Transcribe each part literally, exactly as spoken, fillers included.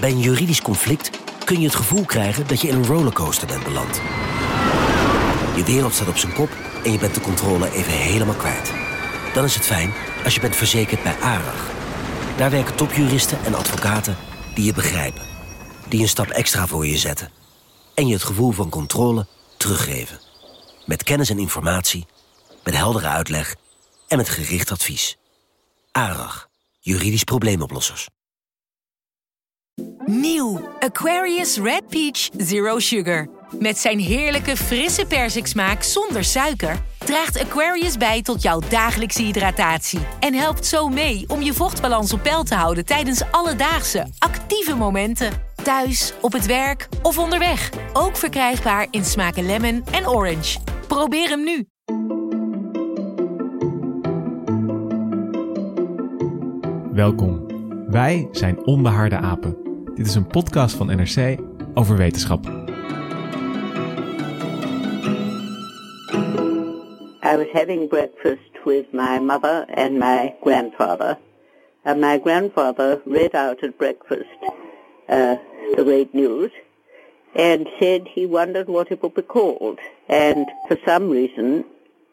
Bij een juridisch conflict kun je het gevoel krijgen dat je in een rollercoaster bent beland. Je wereld staat op zijn kop en je bent de controle even helemaal kwijt. Dan is het fijn als je bent verzekerd bij ARAG. Daar werken topjuristen en advocaten die je begrijpen. Die een stap extra voor je zetten. En je het gevoel van controle teruggeven. Met kennis en informatie, met heldere uitleg en met gericht advies. ARAG, juridisch probleemoplossers. Nieuw Aquarius Red Peach Zero Sugar. Met zijn heerlijke frisse persiksmaak zonder suiker draagt Aquarius bij tot jouw dagelijkse hydratatie. En helpt zo mee om je vochtbalans op peil te houden tijdens alledaagse, actieve momenten. Thuis, op het werk of onderweg. Ook verkrijgbaar in smaken lemon en orange. Probeer hem nu. Welkom. Wij zijn Onbehaarde Apen. Dit is een podcast van N R C over wetenschap. I was having breakfast with my mother and my grandfather. And my grandfather read out at breakfast uh, the great news and said he wondered what it would be called. And for some reason,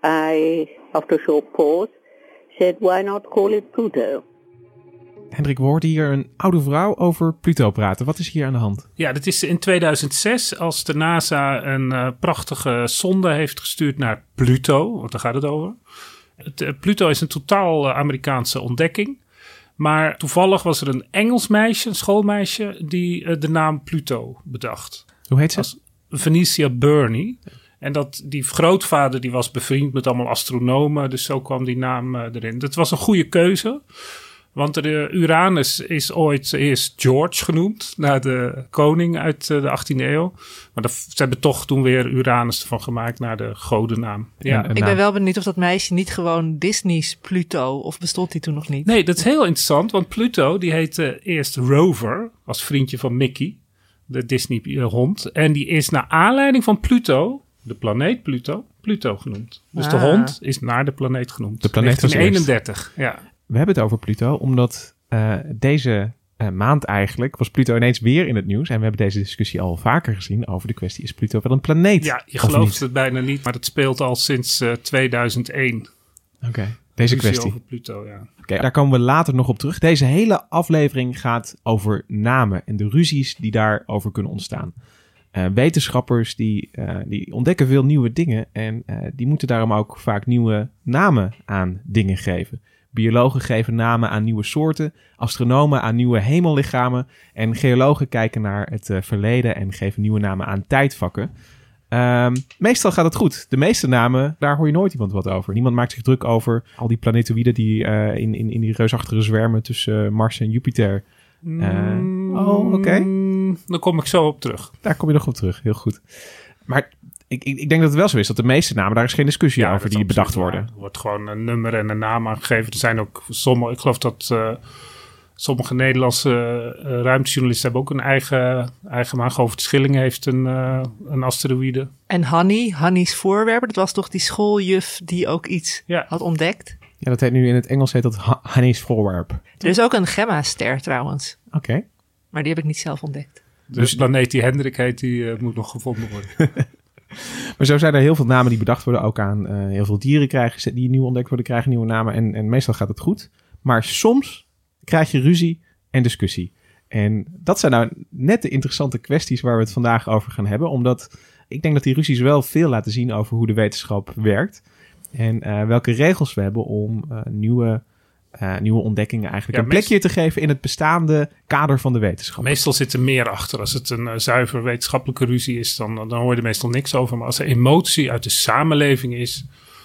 I, after a short pause, said, why not call it Pluto? Hendrik, we hoorden hier een oude vrouw over Pluto praten. Wat is hier aan de hand? Ja, dat is in tweeduizend zes als de NASA een uh, prachtige sonde heeft gestuurd naar Pluto. Want daar gaat het over. Het, uh, Pluto is een totaal uh, Amerikaanse ontdekking. Maar toevallig was er een Engels meisje, een schoolmeisje, die uh, de naam Pluto bedacht. Hoe heet ze? Als Venetia Burney. En dat, die grootvader die was bevriend met allemaal astronomen. Dus zo kwam die naam uh, erin. Dat was een goede keuze. Want de Uranus is ooit eerst George genoemd, naar de koning uit de achttiende eeuw. Maar dat, ze hebben toch toen weer Uranus ervan gemaakt naar de godennaam. Ja. Ik ben wel benieuwd of dat meisje niet gewoon Disney's Pluto, of bestond die toen nog niet? Nee, dat is heel interessant, want Pluto die heette eerst Rover, als vriendje van Mickey, de Disney-hond. En die is naar aanleiding van Pluto, de planeet Pluto, Pluto genoemd. Dus ah. de hond is naar de planeet genoemd. De planeet was negentien eenendertig, ja. We hebben het over Pluto, omdat uh, deze uh, maand eigenlijk was Pluto ineens weer in het nieuws. En we hebben deze discussie al vaker gezien over de kwestie, is Pluto wel een planeet? Ja, je gelooft het bijna niet, maar het speelt al sinds uh, tweeduizend één. Oké, okay, deze kwestie. Over Pluto, ja. Oké, okay, daar komen we later nog op terug. Deze hele aflevering gaat over namen en de ruzies die daarover kunnen ontstaan. Uh, wetenschappers die, uh, die ontdekken veel nieuwe dingen en uh, die moeten daarom ook vaak nieuwe namen aan dingen geven. Biologen geven namen aan nieuwe soorten, astronomen aan nieuwe hemellichamen en geologen kijken naar het uh, verleden en geven nieuwe namen aan tijdvakken. Um, meestal gaat het goed. De meeste namen, daar hoor je nooit iemand wat over. Niemand maakt zich druk over al die planetoïden die uh, in, in, in die reusachtige zwermen tussen uh, Mars en Jupiter. Uh, oh, oké. Okay. Daar kom ik zo op terug. Daar kom je nog op terug, heel goed. Maar Ik, ik, ik denk dat het wel zo is, dat de meeste namen, daar is geen discussie ja, over die bedacht worden. Er wordt gewoon een nummer en een naam aangegeven. Er zijn ook sommige, ik geloof dat uh, sommige Nederlandse uh, ruimtejournalisten hebben ook een eigen, eigen naam. Govert Schilling heeft een, uh, een asteroïde. En Hanny, Hanny's voorwerpen, dat was toch die schooljuf die ook iets ja. had ontdekt? Ja, dat heet nu in het Engels heet dat Hanny's voorwerp. Er is ook een Gemma-ster trouwens. Oké. Okay. Maar die heb ik niet zelf ontdekt. Dus de planeet die Hendrik heet, die uh, moet nog gevonden worden. Maar zo zijn er heel veel namen die bedacht worden. Ook aan uh, heel veel dieren krijgen, die nieuw ontdekt worden, krijgen nieuwe namen. En, en meestal gaat het goed. Maar soms krijg je ruzie en discussie. En dat zijn nou net de interessante kwesties waar we het vandaag over gaan hebben. Omdat ik denk dat die ruzies wel veel laten zien over hoe de wetenschap werkt. En uh, welke regels we hebben om uh, nieuwe... Uh, nieuwe ontdekkingen eigenlijk ja, een plekje meest... te geven in het bestaande kader van de wetenschap. Meestal zit er meer achter. Als het een uh, zuiver wetenschappelijke ruzie is, dan, dan hoor je er meestal niks over. Maar als er emotie uit de samenleving is,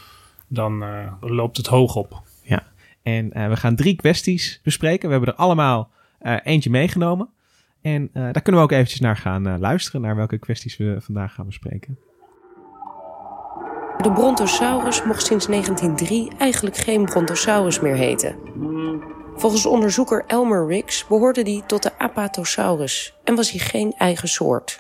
dan uh, loopt het hoog op. Ja, en uh, we gaan drie kwesties bespreken. We hebben er allemaal uh, eentje meegenomen. En uh, daar kunnen we ook eventjes naar gaan uh, luisteren, naar welke kwesties we vandaag gaan bespreken. De Brontosaurus mocht sinds negentien drie eigenlijk geen Brontosaurus meer heten. Volgens onderzoeker Elmer Riggs behoorde die tot de Apatosaurus en was hij geen eigen soort.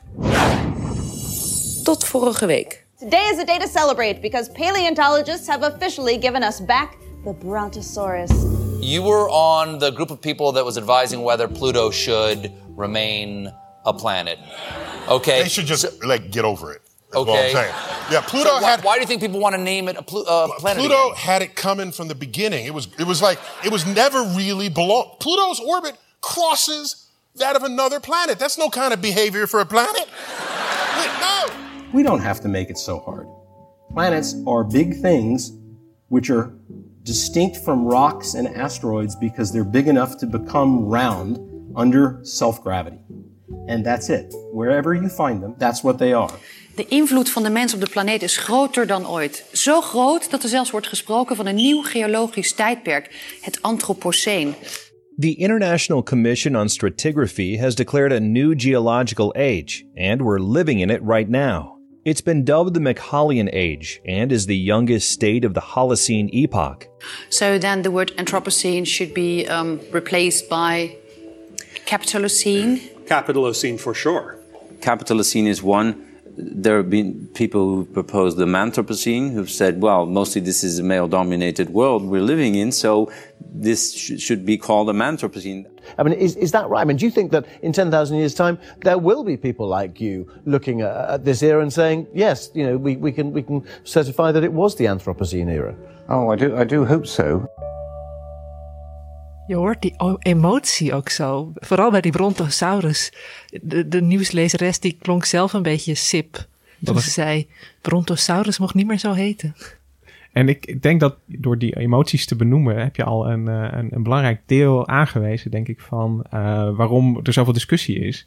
Tot vorige week. Today is a day to celebrate because paleontologists have officially given us back the Brontosaurus. You were on the group of people that was advising whether Pluto should remain a planet. Okay. They should just, so, like, get over it. That's okay. what I'm saying. Yeah, Pluto so wh- had... Why do you think people want to name it a Plu- uh, planet Pluto again? had it coming from the beginning. It was, it was like, it was never really belong... Pluto's orbit crosses that of another planet. That's no kind of behavior for a planet. Wait, no. We don't have to make it so hard. Planets are big things which are distinct from rocks and asteroids because they're big enough to become round under self-gravity. And that's it. Wherever you find them, that's what they are. De invloed van de mens op de planeet is groter dan ooit. Zo groot dat er zelfs wordt gesproken van een nieuw geologisch tijdperk, het Anthropoceen. The International Commission on Stratigraphy has declared a new geological age, and we're living in it right now. It's been dubbed the Macaulay Age and is the youngest state of the Holocene epoch. So then the word Anthropocene should be um, replaced by Capitalocene. Capitalocene for sure. Capitalocene is one. There have been people who proposed the Anthropocene who've said, well, mostly this is a male-dominated world we're living in, so this sh- should be called a Anthropocene. I mean, is, is that right? I mean, do you think that in ten thousand years' time, there will be people like you looking at, at this era and saying, yes, you know, we, we can we can certify that it was the Anthropocene era? Oh, I do, I do hope so. Je hoort die emotie ook zo. Vooral bij die Brontosaurus. De, de nieuwslezeres die klonk zelf een beetje sip. Toen ze zei, Brontosaurus mocht niet meer zo heten. En ik denk dat door die emoties te benoemen heb je al een, een, een belangrijk deel aangewezen, denk ik, van uh, waarom er zoveel discussie is.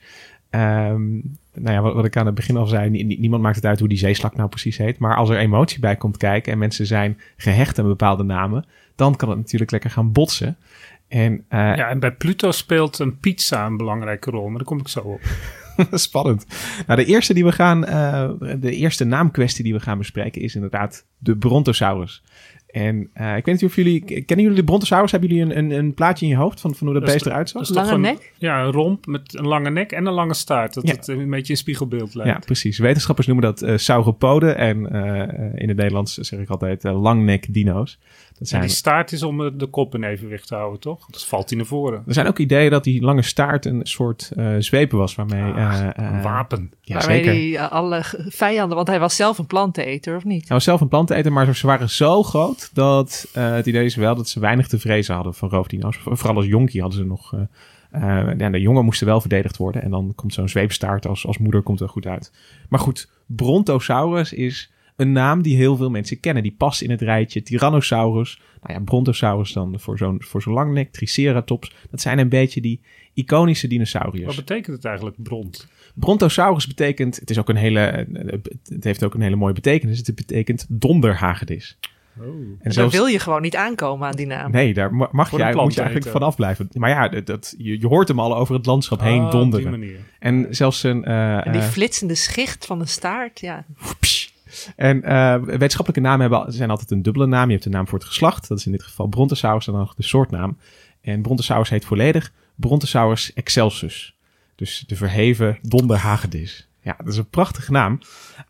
Um, nou ja, wat, wat ik aan het begin al zei, nie, niemand maakt het uit hoe die zeeslak nou precies heet. Maar als er emotie bij komt kijken en mensen zijn gehecht aan bepaalde namen, dan kan het natuurlijk lekker gaan botsen. En, uh, ja, en bij Pluto speelt een pizza een belangrijke rol, maar daar kom ik zo op. Spannend. Nou, de eerste die we gaan, uh, de eerste naamkwestie die we gaan bespreken is inderdaad de Brontosaurus. En uh, ik weet niet of jullie, kennen jullie de Brontosaurus? Hebben jullie een, een, een plaatje in je hoofd van, van hoe dat, dat beest de, eruit zag? Dat is lange een, nek? Ja, een romp met een lange nek en een lange staart. Dat ja. het een beetje een spiegelbeeld lijkt. Ja, precies. Wetenschappers noemen dat uh, sauropoden en uh, in het Nederlands zeg ik altijd uh, langnek dino's. Dat zijn... En die staart is om de kop in evenwicht te houden, toch? Dus valt hij naar voren. Er zijn ook ideeën dat die lange staart een soort uh, zwepen was waarmee... Uh, uh, een wapen. Ja, waarmee zeker. hij uh, alle vijanden... Want hij was zelf een planteneter, of niet? Hij was zelf een planteneter, maar ze waren zo groot dat uh, het idee is wel dat ze weinig te vrezen hadden van roofdino's. Vooral als jonkie hadden ze nog... Uh, uh, ja, de jongen moesten wel verdedigd worden en dan komt zo'n zweepstaart als, als moeder komt er goed uit. Maar goed, Brontosaurus is... een naam die heel veel mensen kennen. Die past in het rijtje Tyrannosaurus. Nou ja, Brontosaurus dan voor zo'n, voor zo'n langnek. Triceratops. Dat zijn een beetje die iconische dinosauriërs. Wat betekent het eigenlijk, bront? Brontosaurus betekent... Het, is ook een hele, het heeft ook een hele mooie betekenis. Het betekent donderhagedis. Oh. En zelfs, daar wil je gewoon niet aankomen aan die naam. Nee, daar mag je, moet je eigenlijk vanaf blijven. Maar ja, dat, dat, je, je hoort hem al over het landschap heen oh, donderen. En zelfs een... Uh, en die flitsende schicht van de staart, ja. Psh, En uh, wetenschappelijke namen hebben, zijn altijd een dubbele naam. Je hebt een naam voor het geslacht. Dat is in dit geval Brontosaurus en dan nog de soortnaam. En Brontosaurus heet volledig Brontosaurus excelsus. Dus de verheven donderhagedis. Ja, dat is een prachtige naam.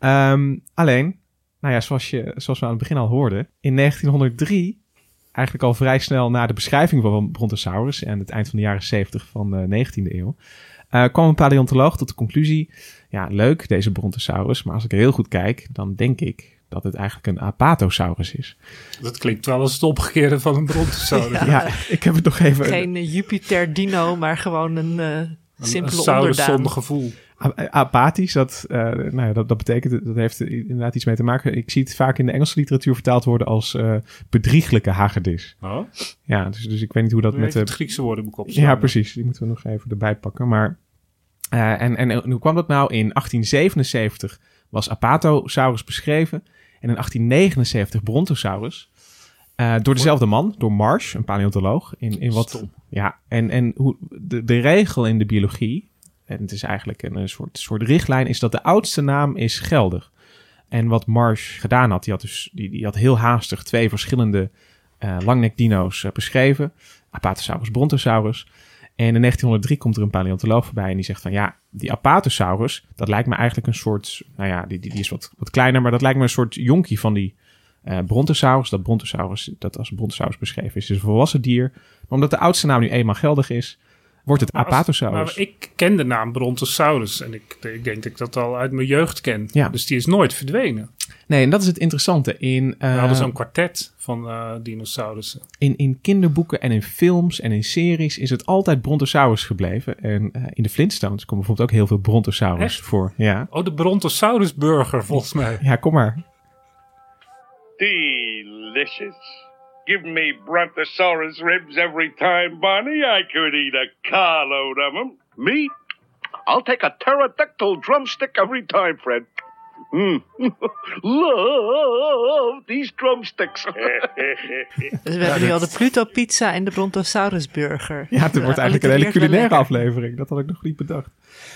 Um, alleen, nou ja, zoals, je, zoals we aan het begin al hoorden. In negentienhonderddrie, eigenlijk al vrij snel na de beschrijving van Brontosaurus... en het eind van de jaren zeventig van de negentiende eeuw... Uh, kwam een paleontoloog tot de conclusie... ja, leuk deze Brontosaurus... maar als ik er heel goed kijk... dan denk ik dat het eigenlijk een Apatosaurus is. Dat klinkt wel als het omgekeerde van een Brontosaurus. ja, ja, ik heb het nog even... Geen uh, Jupiter-dino, maar gewoon een uh, simpele een saurus onderdaan. zonder gevoel. Apathisch, dat, uh, nou ja, dat, dat betekent... dat heeft inderdaad iets mee te maken. Ik zie het vaak in de Engelse literatuur vertaald worden... als uh, bedrieglijke hagedis. Oh? Ja, dus, dus ik weet niet hoe dat met... met het Griekse woordenboek op. Ja, precies. Die moeten we nog even erbij pakken. Maar... Uh, en, en, en hoe kwam dat nou? In achttien zevenenzeventig was Apatosaurus beschreven. En in achttien negenenzeventig Brontosaurus. Uh, door dezelfde man, door Marsh, een paleontoloog. In, in wat, Stom. ja, en, en hoe, de, de regel in de biologie, en het is eigenlijk een, een soort, soort richtlijn, is dat de oudste naam is geldig. En wat Marsh gedaan had, die had, dus, die, die had heel haastig twee verschillende uh, langnekdino's uh, beschreven. Apatosaurus, Brontosaurus. En in negentienhonderddrie komt er een paleontoloog voorbij en die zegt van ja, die Apatosaurus, dat lijkt me eigenlijk een soort, nou ja, die, die, die is wat, wat kleiner, maar dat lijkt me een soort jonkie van die Uh, Brontosaurus, dat Brontosaurus, dat als Brontosaurus beschreven is, is een volwassen dier. Maar omdat de oudste naam nu eenmaal geldig is, wordt het maar als, Apatosaurus. Maar ik ken de naam Brontosaurus en ik, ik denk dat ik dat al uit mijn jeugd ken. Ja. Dus die is nooit verdwenen. Nee, en dat is het interessante. In, uh, We hadden zo'n kwartet van uh, dinosaurussen. In, in kinderboeken en in films en in series is het altijd Brontosaurus gebleven. En uh, in de Flintstones komen bijvoorbeeld ook heel veel Brontosaurus Echt? voor. Ja. Oh, de Brontosaurus burger volgens mij. Ja, kom maar. Delicious. Give me Brontosaurus ribs every time, Barney. I could eat a carload of them. Me? I'll take a pterodactyl drumstick every time, Fred. Mm. Love these drumsticks. Dus we hebben nu al de Pluto pizza en de Brontosaurus burger. Ja, het wordt eigenlijk een hele culinaire aflevering. Dat had ik nog niet bedacht.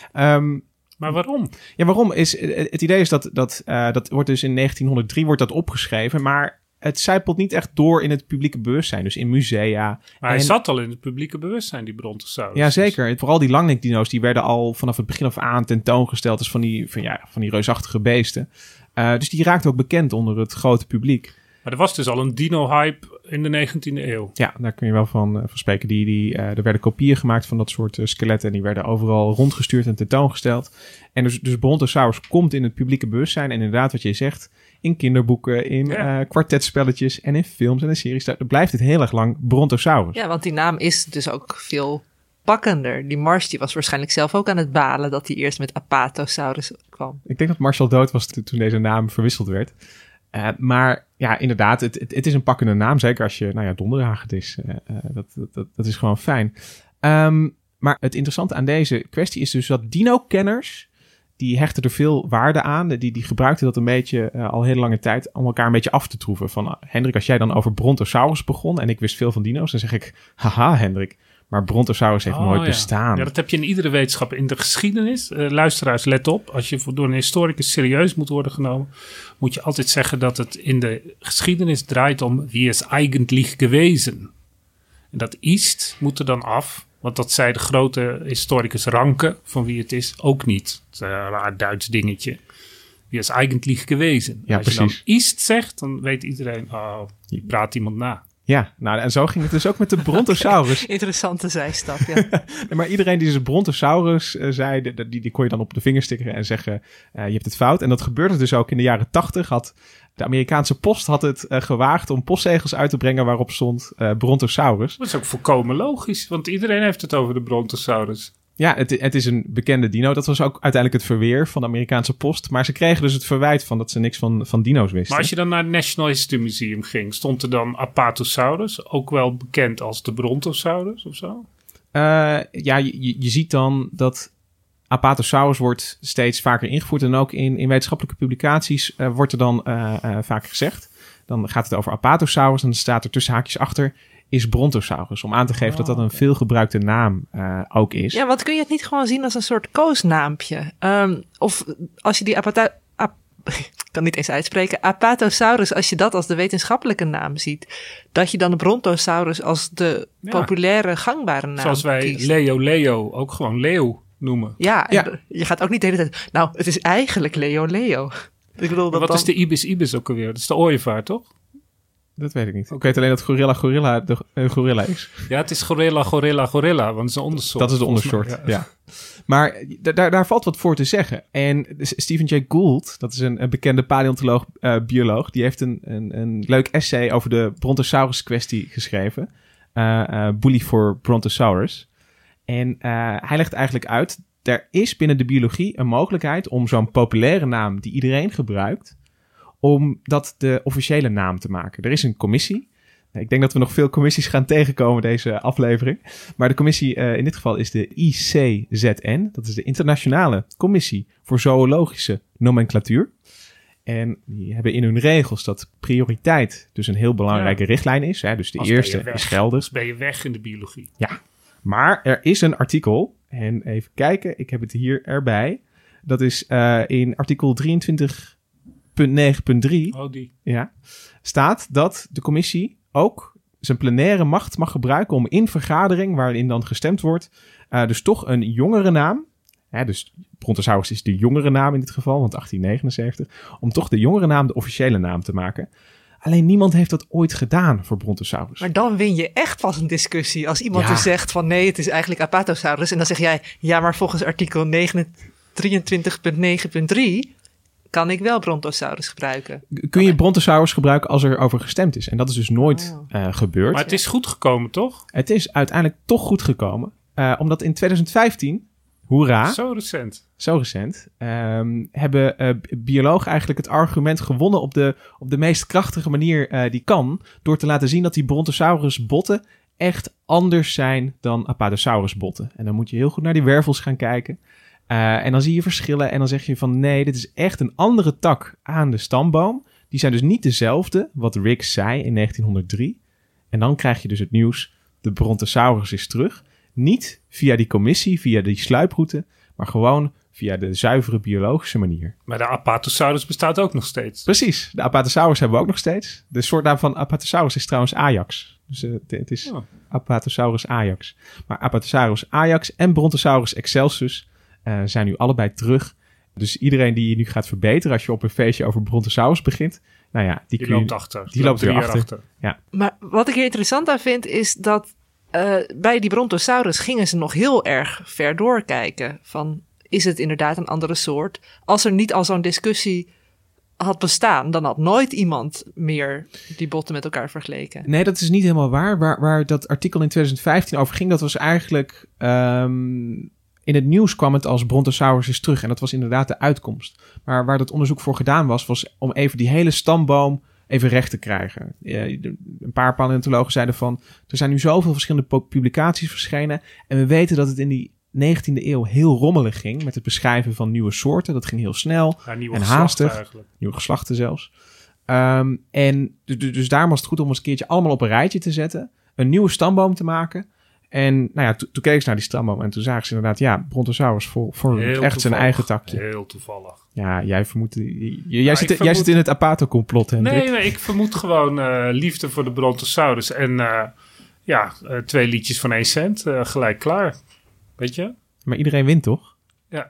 Um, Maar waarom? Ja, waarom is... Het idee is dat... Dat, uh, dat wordt dus in negentienhonderddrie wordt dat opgeschreven, maar het zijpelt niet echt door in het publieke bewustzijn. Dus in musea. Maar hij en, zat al in het publieke bewustzijn, die Brontosaurus. Ja, zeker. En vooral die langnek-dino's, die werden al vanaf het begin af aan tentoongesteld als van die, van, ja, van die reusachtige beesten. Uh, dus die raakten ook bekend onder het grote publiek. Maar er was dus al een dino-hype in de negentiende eeuw. Ja, daar kun je wel van, uh, van spreken. Die, die, uh, er werden kopieën gemaakt van dat soort uh, skeletten. En die werden overal rondgestuurd en tentoongesteld. En dus, dus Brontosaurus komt in het publieke bewustzijn. En inderdaad, wat je zegt, in kinderboeken, in ja. uh, kwartetspelletjes en in films en in series. Daar blijft het heel erg lang Brontosaurus. Ja, want die naam is dus ook veel pakkender. Die Marsh die was waarschijnlijk zelf ook aan het balen dat hij eerst met Apatosaurus kwam. Ik denk dat Marshall dood was toen deze naam verwisseld werd. Uh, maar ja, inderdaad, het, het, het is een pakkende naam. Zeker als je, nou ja, donderdag het is. Uh, uh, dat, dat, dat is gewoon fijn. Um, maar het interessante aan deze kwestie is dus dat dino-kenners, die hechten er veel waarde aan. Die, die gebruikten dat een beetje uh, al heel lange tijd om elkaar een beetje af te troeven. Van uh, Hendrik, als jij dan over Brontosaurus begon en ik wist veel van dino's, dan zeg ik, haha Hendrik, maar Brontosaurus heeft oh, nooit ja. bestaan. Ja, dat heb je in iedere wetenschap. In de geschiedenis, uh, luisteraars, let op. Als je door een historicus serieus moet worden genomen, moet je altijd zeggen dat het in de geschiedenis draait om wie is eigenlijk gewezen. En dat ist moet er dan af, want dat zei de grote historicus Ranke, van wie het is, ook niet. Dat is een raar Duits dingetje. Wie is eigenlijk gewezen. Ja, als precies. je dan ist zegt, dan weet iedereen, oh, je praat iemand na. Ja, nou en zo ging het dus ook met de Brontosaurus. Interessante zijstap, ja. Nee, maar iedereen die dus Brontosaurus uh, zei, die, die, die kon je dan op de vinger stikken en zeggen, uh, je hebt het fout. En dat gebeurde dus ook in de jaren tachtig. Had de Amerikaanse post had het uh, gewaagd om postzegels uit te brengen waarop stond uh, Brontosaurus. Dat is ook volkomen logisch, want iedereen heeft het over de Brontosaurus. Ja, het, het is een bekende dino. Dat was ook uiteindelijk het verweer van de Amerikaanse post. Maar ze kregen dus het verwijt van dat ze niks van, van dino's wisten. Maar als je dan naar het National History Museum ging, stond er dan Apatosaurus, ook wel bekend als de Brontosaurus of zo? Uh, ja, je, je ziet dan dat Apatosaurus wordt steeds vaker ingevoerd. En ook in, in wetenschappelijke publicaties uh, wordt er dan uh, uh, vaak gezegd. Dan gaat het over Apatosaurus en dan staat er tussen haakjes achter is Brontosaurus. Om aan te geven oh, dat dat een okay. veelgebruikte naam uh, ook is. Ja, want kun je het niet gewoon zien als een soort koosnaampje? Um, of als je die Apata... Ap, ik kan niet eens uitspreken. Apatosaurus, als je dat als de wetenschappelijke naam ziet, dat je dan de Brontosaurus als de ja. populaire gangbare naam Zoals wij kiest. Leo Leo ook gewoon Leeuw noemen. Ja, en ja. je gaat ook niet de hele tijd, nou, het is eigenlijk Leo Leo. Ik bedoel, dat wat dan... is de Ibis Ibis ook alweer? Dat is de ooievaar, toch? Dat weet ik niet. Ik weet alleen dat Gorilla Gorilla de uh, gorilla is. Ja, het is Gorilla Gorilla Gorilla, want het is een ondersoort. Dat is de ondersoort, ja. ja. Maar d- daar, daar valt wat voor te zeggen. En Stephen Jay Gould, dat is een, een bekende paleontoloog, uh, bioloog, die heeft een, een, een leuk essay over de Brontosaurus kwestie geschreven. Uh, uh, Bully for Brontosaurus. En uh, hij legt eigenlijk uit, er is binnen de biologie een mogelijkheid om zo'n populaire naam die iedereen gebruikt, om dat de officiële naam te maken. Er is een commissie. Ik denk dat we nog veel commissies gaan tegenkomen deze aflevering. Maar de commissie uh, in dit geval is de I C Z N. Dat is de Internationale Commissie voor Zoologische Nomenclatuur. En die hebben in hun regels dat prioriteit dus een heel belangrijke ja. richtlijn is. Hè? Dus de Als eerste is geldig. Dus ben je weg in de biologie. Ja, maar er is een artikel. En even kijken, ik heb het hier erbij. Dat is uh, in artikel drieëntwintig punt negen punt drie. Oh, die. Ja, staat dat de commissie ook zijn plenaire macht mag gebruiken om in vergadering, waarin dan gestemd wordt, uh, dus toch een jongere naam, hè, dus Brontosaurus is de jongere naam in dit geval, want achttien negenenzeventig, om toch de jongere naam de officiële naam te maken. Alleen niemand heeft dat ooit gedaan voor Brontosaurus. Maar dan win je echt pas een discussie. Als iemand Ja. dus zegt van nee, het is eigenlijk Apatosaurus. En dan zeg jij, ja, maar volgens artikel drieëntwintig punt negen punt drie kan ik wel Brontosaurus gebruiken. Kun je Brontosaurus gebruiken als er over gestemd is? En dat is dus nooit Oh. uh, gebeurd. Maar het is goed gekomen, toch? Het is uiteindelijk toch goed gekomen. Uh, omdat in twintig vijftien, hoera, Zo recent. zo recent, um, hebben uh, biologen eigenlijk het argument gewonnen op de, op de meest krachtige manier uh, die kan. Door te laten zien dat die Brontosaurus botten echt anders zijn dan Apatosaurus botten. En dan moet je heel goed naar die wervels gaan kijken. Uh, en dan zie je verschillen en dan zeg je van nee, dit is echt een andere tak aan de stamboom. Die zijn dus niet dezelfde, wat Rick zei in negentienhonderddrie. En dan krijg je dus het nieuws, de Brontosaurus is terug. Niet via die commissie, via die sluiproute, maar gewoon via de zuivere biologische manier. Maar de Apatosaurus bestaat ook nog steeds. Precies, de Apatosaurus hebben we ook nog steeds. De soortnaam van Apatosaurus is trouwens Ajax. Dus uh, het is Oh. Apatosaurus Ajax. Maar Apatosaurus Ajax en Brontosaurus Excelsus uh, zijn nu allebei terug. Dus iedereen die je nu gaat verbeteren als je op een feestje over Brontosaurus begint, nou ja, die, Die kun je- loopt achter. Die Die loopt loopt weer drie achter. jaar Ja. Maar wat ik hier interessant aan vind is dat uh, bij die Brontosaurus gingen ze nog heel erg ver doorkijken. Van, is het inderdaad een andere soort? Als er niet al zo'n discussie had bestaan, dan had nooit iemand meer die botten met elkaar vergeleken. Nee, dat is niet helemaal waar. Waar, waar dat artikel in twintig vijftien over ging, dat was eigenlijk um, in het nieuws kwam het als Brontosaurus is terug. En dat was inderdaad de uitkomst. Maar waar dat onderzoek voor gedaan was, was om even die hele stamboom even recht te krijgen. Een paar paleontologen zeiden van, er zijn nu zoveel verschillende publicaties verschenen. En we weten dat het in die negentiende eeuw heel rommelig ging met het beschrijven van nieuwe soorten. Dat ging heel snel Ja, nieuwe en geslachten haastig. eigenlijk. Nieuwe geslachten zelfs. Um, en dus, dus daarom was het goed om eens een keertje allemaal op een rijtje te zetten. Een nieuwe stamboom te maken. En nou ja, to, toen keek ze naar die stamboom en toen zagen ze inderdaad, ja, Brontosaurus voor, voor Heel echt zijn toevallig. eigen takje. Heel toevallig. Ja, jij vermoedt, jij, jij, Ja, zit, ik jij vermoed- zit in het Apato-complot, Hendrik. Nee, nee, ik vermoed gewoon uh, liefde voor de Brontosaurus. En uh, ja, uh, twee liedjes van één cent, uh, gelijk klaar. Weet je? Maar iedereen wint, toch? Ja.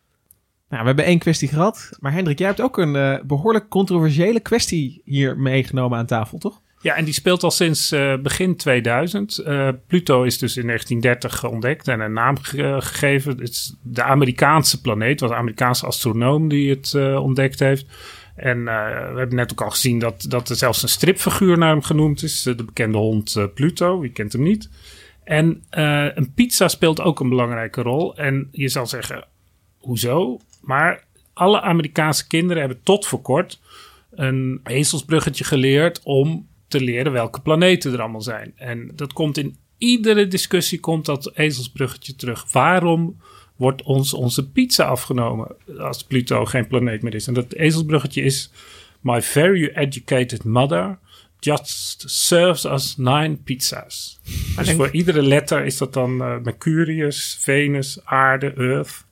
Nou, we hebben één kwestie gehad. Maar Hendrik, jij hebt ook een uh, behoorlijk controversiële kwestie hier meegenomen aan tafel, toch? Ja, en die speelt al sinds uh, begin tweeduizend. Uh, Pluto is dus in negentien dertig ontdekt en een naam ge- gegeven. Het is de Amerikaanse planeet, was een Amerikaanse astronoom die het uh, ontdekt heeft. En uh, we hebben net ook al gezien dat, dat er zelfs een stripfiguur naar hem genoemd is. De bekende hond uh, Pluto, wie kent hem niet. En uh, een pizza speelt ook een belangrijke rol. En je zal zeggen, hoezo? Maar alle Amerikaanse kinderen hebben tot voor kort een ezelsbruggetje geleerd om te leren welke planeten er allemaal zijn. En dat komt in iedere discussie komt dat ezelsbruggetje terug. Waarom wordt ons onze pizza afgenomen als Pluto geen planeet meer is? En dat ezelsbruggetje is: My very educated mother just serves us nine pizzas. Dus voor iedere letter is dat dan uh, Mercurius, Venus, Aarde, Earth,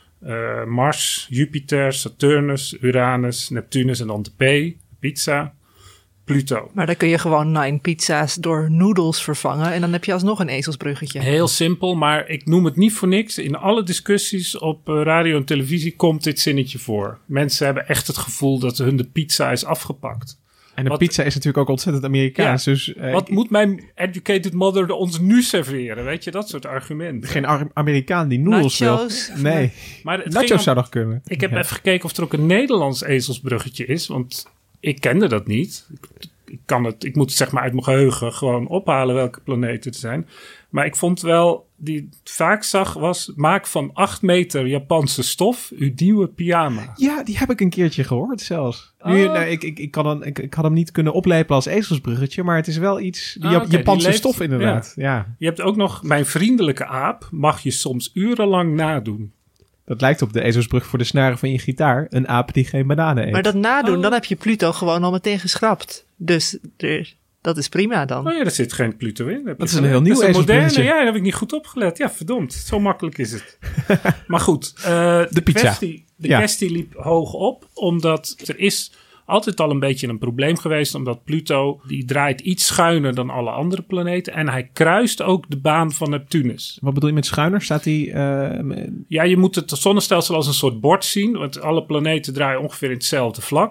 uh, Mars, Jupiter, Saturnus, Uranus, Neptunus en dan de P, pizza, Pluto. Maar dan kun je gewoon nine pizza's door noedels vervangen en dan heb je alsnog een ezelsbruggetje. Heel simpel, maar ik noem het niet voor niks. In alle discussies op uh, radio en televisie komt dit zinnetje voor. Mensen hebben echt het gevoel dat hun de pizza is afgepakt. En de Wat, pizza is natuurlijk ook ontzettend Amerikaans. Ja, dus, uh, wat moet mijn educated mother ons nu serveren? Weet je, dat soort argumenten. Geen Ar- Amerikaan die noedels Nachos. wil. Nee, Maar het ging nachos om- zou nog kunnen. Ik heb Ja. even gekeken of er ook een Nederlands ezelsbruggetje is, want ik kende dat niet. Ik, ik, kan het, ik moet het zeg maar uit mijn geheugen gewoon ophalen welke planeten er zijn. Maar ik vond wel, die ik vaak zag was, maak van acht meter Japanse stof uw nieuwe pyjama. Ja, die heb ik een keertje gehoord zelfs. Nu, Oh. nou, ik, ik, ik, kan dan, ik, ik had hem niet kunnen oplepelen als ezelsbruggetje, maar het is wel iets, die Ah, Jap- oké, die Japanse leeft- stof inderdaad. Ja. Ja. Je hebt ook nog, mijn vriendelijke aap mag je soms urenlang nadoen. Dat lijkt op de ezelsbrug voor de snaren van je gitaar. Een aap die geen bananen eet. Maar dat nadoen, Oh. dan heb je Pluto gewoon al meteen geschrapt. Dus er, dat is prima dan. Oh ja, er zit geen Pluto in. Heb Dat je is een heel gelijk. nieuw Dat is een moderne, ezelsbruggetje. ja, daar heb ik niet goed opgelet. Ja, verdomd. Zo makkelijk is het. Maar goed, uh, de, pizza. kwestie, de Ja. kwestie liep hoog op, omdat er is altijd al een beetje een probleem geweest, omdat Pluto, die draait iets schuiner dan alle andere planeten en hij kruist ook de baan van Neptunus. Wat bedoel je met schuiner? Staat die... Uh, Ja, je moet het zonnestelsel als een soort bord zien, want alle planeten draaien ongeveer in hetzelfde vlak.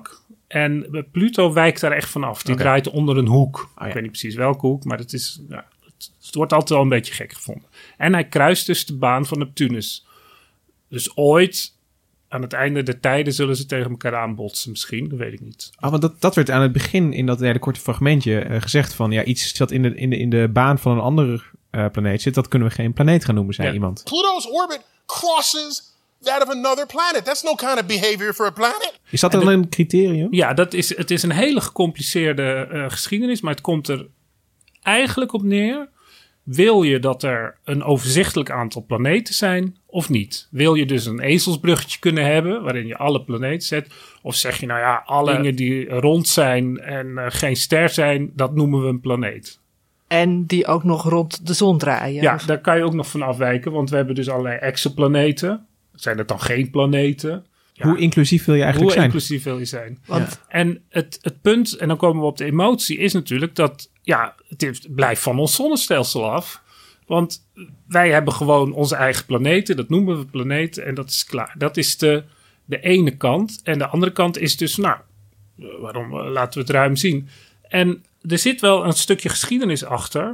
En Pluto wijkt daar echt vanaf. Die Okay. draait onder een hoek. Oh, ja. Ik weet niet precies welke hoek, maar het, is, ja, het, het wordt altijd wel een beetje gek gevonden. En hij kruist dus de baan van Neptunus. Dus ooit, aan het einde der tijden, zullen ze tegen elkaar aanbotsen misschien. Dat weet ik niet. Ah, want dat, dat werd aan het begin in dat hele korte fragmentje uh, gezegd van... ja, iets dat in de, in de, in de baan van een andere uh, planeet zit... dat kunnen we geen planeet gaan noemen, zei Ja. iemand. Pluto's orbit crosses that of another planet. That's no kind of behavior for a planet. Is dat dan een criterium? Ja, dat is, het is een hele gecompliceerde uh, geschiedenis, maar het komt er eigenlijk op neer. Wil je dat er een overzichtelijk aantal planeten zijn of niet? Wil je dus een ezelsbruggetje kunnen hebben waarin je alle planeten zet? Of zeg je nou ja, alle dingen die rond zijn en uh, geen ster zijn, dat noemen we een planeet. En die ook nog rond de zon draaien. Ja, daar kan je ook nog van afwijken, want we hebben dus allerlei exoplaneten. Zijn het dan geen planeten? Ja. Hoe inclusief wil je eigenlijk Hoe zijn? inclusief wil je zijn? Want- Ja. En het, het punt, en dan komen we op de emotie, is natuurlijk dat, ja, het is, blijft van ons zonnestelsel af. Want wij hebben gewoon onze eigen planeten, dat noemen we planeten, en dat is klaar. Dat is de, de ene kant. En de andere kant is dus, nou, waarom uh, laten we het ruim zien? En er zit wel een stukje geschiedenis achter.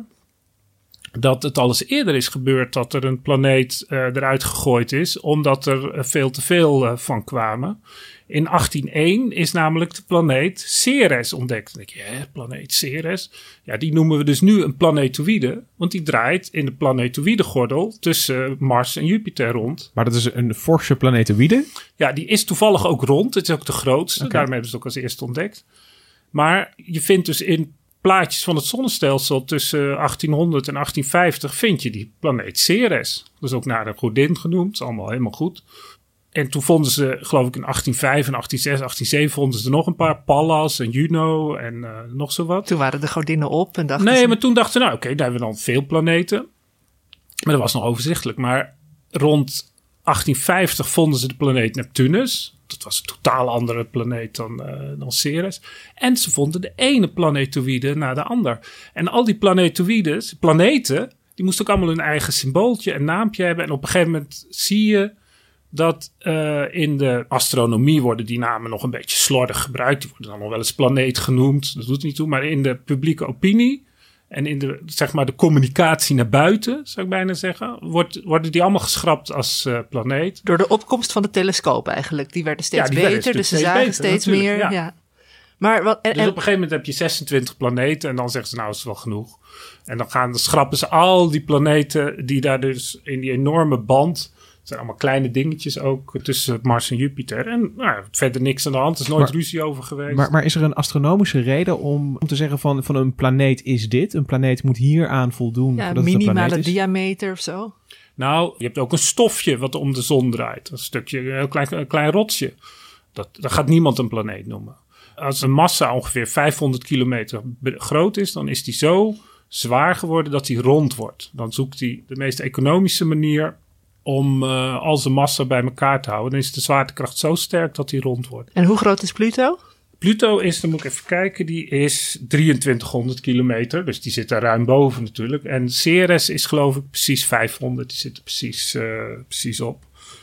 Dat het al eens eerder is gebeurd dat er een planeet uh, eruit gegooid is, omdat er uh, veel te veel uh, van kwamen. In achttien één is namelijk de planeet Ceres ontdekt. Dan denk je, hè, planeet Ceres? Ja, die noemen we dus nu een planetoïde, want die draait in de planetoïdegordel tussen Mars en Jupiter rond. Maar dat is een forse planetoïde? Ja, die is toevallig ook rond. Het is ook de grootste. Okay. Daarom hebben ze het ook als eerste ontdekt. Maar je vindt dus in plaatjes van het zonnestelsel tussen achttienhonderd en achttien vijftig vind je die planeet Ceres. Dat is ook naar een godin genoemd. Dat is allemaal helemaal goed. En toen vonden ze, geloof ik in achttien vijf en achttien zes, achttien zeven vonden ze er nog een paar. Pallas en Juno en uh, nog zo wat. Toen waren de godinnen op en dachten Nee, ze... maar toen dachten ze, nou oké, okay, daar hebben we dan veel planeten. Maar dat was nog overzichtelijk. Maar rond achttien vijftig vonden ze de planeet Neptunus. Dat was een totaal andere planeet dan, uh, dan Ceres. En ze vonden de ene planetoïde na de ander. En al die planetoïdes, planeten, die moesten ook allemaal hun eigen symbooltje en naampje hebben. En op een gegeven moment zie je dat uh, in de astronomie worden die namen nog een beetje slordig gebruikt. Die worden dan nog wel eens planeet genoemd. Dat doet niet toe. Maar in de publieke opinie en in de, zeg maar, de communicatie naar buiten, zou ik bijna zeggen, wordt, worden die allemaal geschrapt als uh, planeet. Door de opkomst van de telescoop eigenlijk. Die werden steeds Ja, die beter, werden dus ze steeds zagen beter, steeds natuurlijk, meer. ja. Ja. Maar wat, en, Dus en- op een gegeven moment heb je zesentwintig planeten en dan zeggen ze nou is het wel genoeg. En dan gaan, dan schrappen ze al die planeten die daar dus in die enorme band, het zijn allemaal kleine dingetjes ook tussen Mars en Jupiter. En nou, verder niks aan de hand, er is nooit Maar- ruzie over geweest. Maar, maar is er een astronomische reden om, om te zeggen van, van een planeet is dit? Een planeet moet hier aan voldoen ja, voordat het een minimale planeet is? diameter of zo. Nou, je hebt ook een stofje wat om de zon draait. Een stukje, een heel klein, een klein rotsje. Dat, dat gaat niemand een planeet noemen. Als een massa ongeveer vijfhonderd kilometer be- groot is, dan is die zo zwaar geworden dat die rond wordt. Dan zoekt hij de meest economische manier om uh, al zijn massa bij elkaar te houden. Dan is de zwaartekracht zo sterk dat die rond wordt. En hoe groot is Pluto? Pluto is, dan moet ik even kijken, die is drieëntwintighonderd kilometer. Dus die zit daar ruim boven natuurlijk. En Ceres is geloof ik precies vijfhonderd. Die zit er precies, uh, precies op.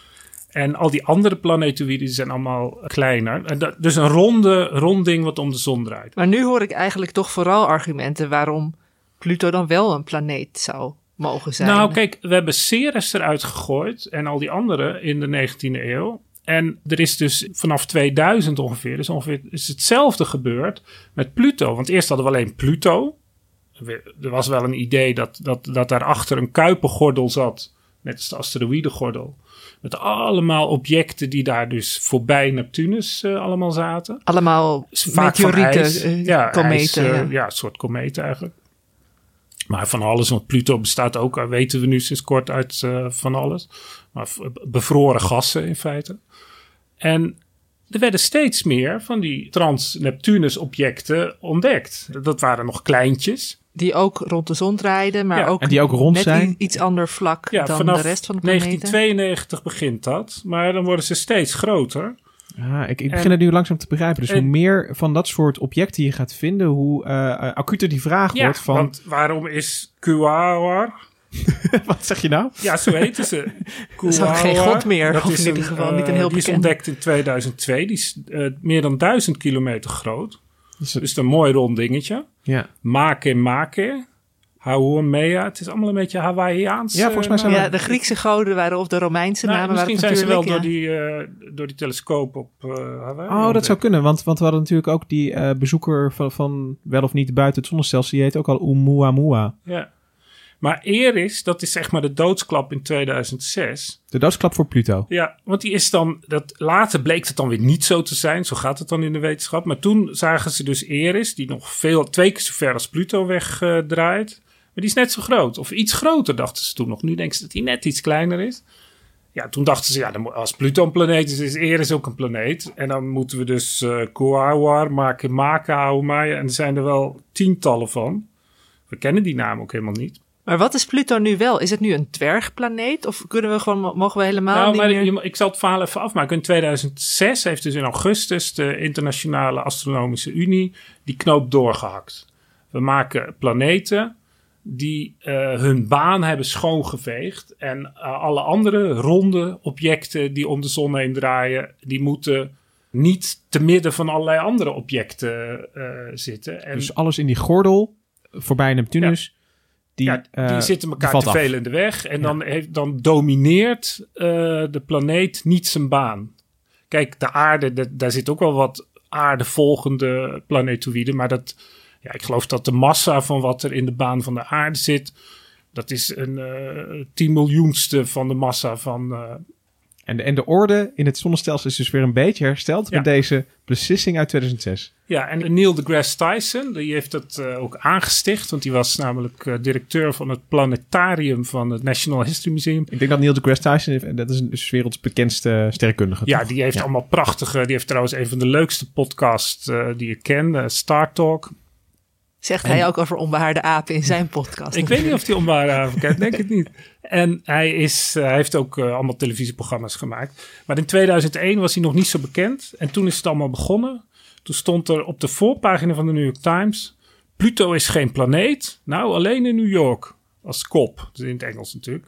En al die andere planetoïden zijn allemaal kleiner. En dat, dus een ronde, rond ding wat om de zon draait. Maar nu hoor ik eigenlijk toch vooral argumenten waarom Pluto dan wel een planeet zou mogen zijn. Nou kijk, we hebben Ceres eruit gegooid en al die andere in de negentiende eeuw. En er is dus vanaf tweeduizend ongeveer, dus ongeveer is hetzelfde gebeurd met Pluto. Want eerst hadden we alleen Pluto. Er was wel een idee dat, dat, dat daarachter een Kuipengordel zat, net als de asteroïdengordel. Met allemaal objecten die daar dus voorbij Neptunus uh, allemaal zaten. Allemaal Vaak van meteorieten, ijs. uh, ja, kometen. ijs, uh, ja. ja, een soort kometen eigenlijk. Maar van alles, want Pluto bestaat ook, uh, weten we nu sinds kort uit uh, van alles. Maar v- bevroren gassen in feite. En er werden steeds meer van die trans-Neptunus-objecten ontdekt. Dat waren nog kleintjes. Die ook rond de zon draaiden, maar Ja, ook en die ook rond net zijn. i- iets ander vlak Ja, dan vanaf de rest van de planeten. negentien tweeënnegentig begint dat, maar dan worden ze steeds groter. Ja, ik, ik En- begin het nu langzaam te begrijpen. Dus en- hoe meer van dat soort objecten je gaat vinden, hoe uh, uh, acuter die vraag Ja, wordt van... want waarom is Quaoar Wat zeg je nou? Ja, zo heten ze. Dat is ook geen god meer. Dat of is in ieder geval een, niet een heel Die is bekende. ontdekt in tweeduizend twee. Die is uh, meer dan duizend kilometer groot. Dus het is een mooi rond dingetje. Ja. Make Make. Haumea. Het is allemaal een beetje Hawaiiaans. Ja, volgens mij zijn Ja, de Griekse goden waren of de Romeinse nou, namen waren misschien zijn ze wel natuurlijk, door, ja. die, uh, door die telescoop op uh, Hawaii. Oh, dat zou kunnen. Want, want we hadden natuurlijk ook die uh, bezoeker van, van wel of niet buiten het zonnestelsel. Die heet ook al Oumuamua. Ja. Maar Eris, dat is zeg maar de doodsklap in tweeduizend zes. De doodsklap voor Pluto. Ja, want die is dan... Dat, later bleek het dan weer niet zo te zijn. Zo gaat het dan in de wetenschap. Maar toen zagen ze dus Eris, die nog veel, twee keer zo ver als Pluto wegdraait. Uh, maar die is net zo groot. Of iets groter, dachten ze toen nog. Nu denken ze dat die net iets kleiner is. Ja, toen dachten ze, ja, als Pluto een planeet is, is Eris ook een planeet. En dan moeten we dus uh, Kuawar, Makemake, Haumea. En er zijn er wel tientallen van. We kennen die naam ook helemaal niet. Maar wat is Pluto nu wel? Is het nu een dwergplaneet? Of kunnen we gewoon, mogen we helemaal nou, niet maar meer... je, ik zal het verhaal even afmaken. In tweeduizend zes heeft dus in augustus de Internationale Astronomische Unie die knoop doorgehakt. We maken planeten die uh, hun baan hebben schoongeveegd. En uh, alle andere ronde objecten die om de zon heen draaien, die moeten niet te midden van allerlei andere objecten uh, zitten. En dus alles in die gordel, voorbij Neptunus... Ja. Die, ja, die uh, zitten elkaar te veel in de weg. En ja. dan, heeft, dan domineert uh, de planeet niet zijn baan. Kijk, de aarde, de, daar zit ook wel wat aardevolgende planetoïden. Maar dat, ja, ik geloof dat de massa van wat er in de baan van de aarde zit... dat is een uh, tien miljoenste van de massa van... Uh, En de, en de orde in het zonnestelsel is dus weer een beetje hersteld... Ja. met deze beslissing uit tweeduizend zes. Ja, en Neil deGrasse Tyson, die heeft dat uh, ook aangesticht... want die was namelijk uh, directeur van het planetarium van het National History Museum. Ik denk dat Neil deGrasse Tyson, dat is een dus werelds bekendste sterrenkundige. Ja, toch? die heeft ja. allemaal prachtige... die heeft trouwens een van de leukste podcasts uh, die ik ken, uh, Star Talk... Zegt en, hij ook over onbehaarde apen in zijn podcast? Ik weet niet of hij onbehaarde apen kent, denk ik niet. En hij, is, uh, hij heeft ook uh, allemaal televisieprogramma's gemaakt. Maar in tweeduizend één was hij nog niet zo bekend. En toen is het allemaal begonnen. Toen stond er op de voorpagina van de New York Times... Pluto is geen planeet. Nou, alleen in New York. Als kop. Dus in het Engels natuurlijk.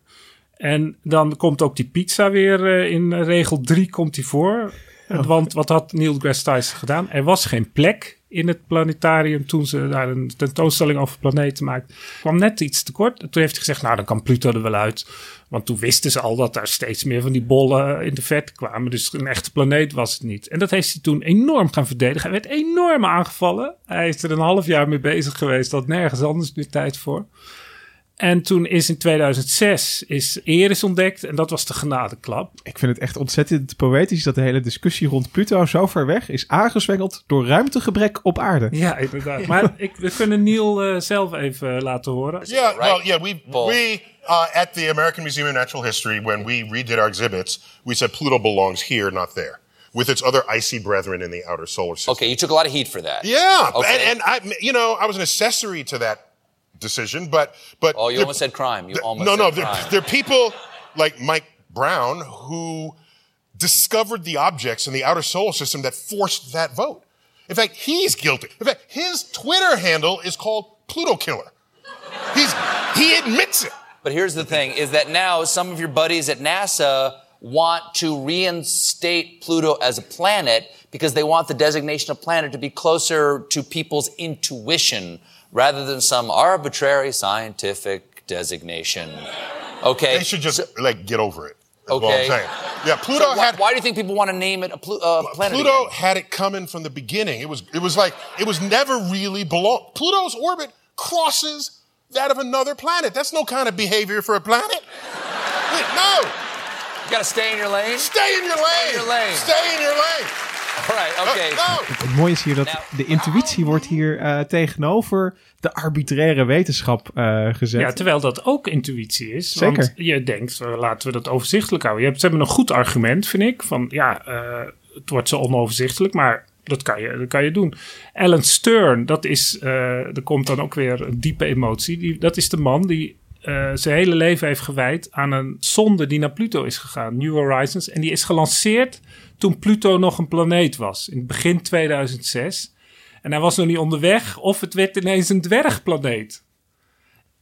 En dan komt ook die pizza weer uh, in regel drie komt die voor. Oh. Want wat had Neil deGrasse Tyson gedaan? Er was geen plek in het planetarium toen ze daar een tentoonstelling over planeten maakten. Er kwam net iets tekort. Toen heeft hij gezegd, nou dan kan Pluto er wel uit. Want toen wisten ze al dat daar steeds meer van die bollen in de verte kwamen. Dus een echte planeet was het niet. En dat heeft hij toen enorm gaan verdedigen. Hij werd enorm aangevallen. Hij is er een half jaar mee bezig geweest. Had nergens anders meer tijd voor. En toen is in tweeduizend zes is Eris ontdekt en dat was de genadeklap. Ik vind het echt ontzettend poëtisch dat de hele discussie rond Pluto zo ver weg is aangezwengeld door ruimtegebrek op aarde. Ja, inderdaad. Maar ik, we kunnen Neil uh, zelf even laten horen. Yeah, well, yeah, we, we uh, at the American Museum of Natural History, when we redid our exhibits, we said Pluto belongs here, not there, with its other icy brethren in the outer solar system. Okay, you took a lot of heat for that. Yeah, okay. and, and I, you know, I was an accessory to that decision, but but oh, you almost said crime. You almost no, said no. crime. There, there are people like Mike Brown who discovered the objects in the outer solar system that forced that vote. In fact, he's guilty. In fact, his Twitter handle is called Pluto Killer. He's he admits it. But here's the thing: is that now some of your buddies at NASA want to reinstate Pluto as a planet because they want the designation of planet to be closer to people's intuition, rather than some arbitrary scientific designation. Okay. They should just, so, like, get over it. Okay. What I'm saying. Yeah, Pluto so had... Why, why do you think people want to name it a Plu- uh, planet Pluto again? had it coming from the beginning. It was, it was like, it was never really belong... Pluto's orbit crosses that of another planet. That's no kind of behavior for a planet. Wait, no. You gotta stay in your lane? Stay in your lane. Stay in your lane. Stay in your lane. Right, okay. Uh, no. Het mooie is hier dat de intuïtie wordt hier uh, tegenover de arbitraire wetenschap uh, gezet. Ja, terwijl dat ook intuïtie is. Zeker. Want je denkt, uh, laten we dat overzichtelijk houden. Je hebt, ze hebben een goed argument, vind ik. Van ja, uh, het wordt zo onoverzichtelijk, maar dat kan je, dat kan je doen. Alan Stern, dat is, uh, er komt dan ook weer een diepe emotie. Die, dat is de man die uh, zijn hele leven heeft gewijd aan een sonde die naar Pluto is gegaan. New Horizons. En die is gelanceerd toen Pluto nog een planeet was. In begin tweeduizend zes. En hij was nog niet onderweg of het werd ineens een dwergplaneet.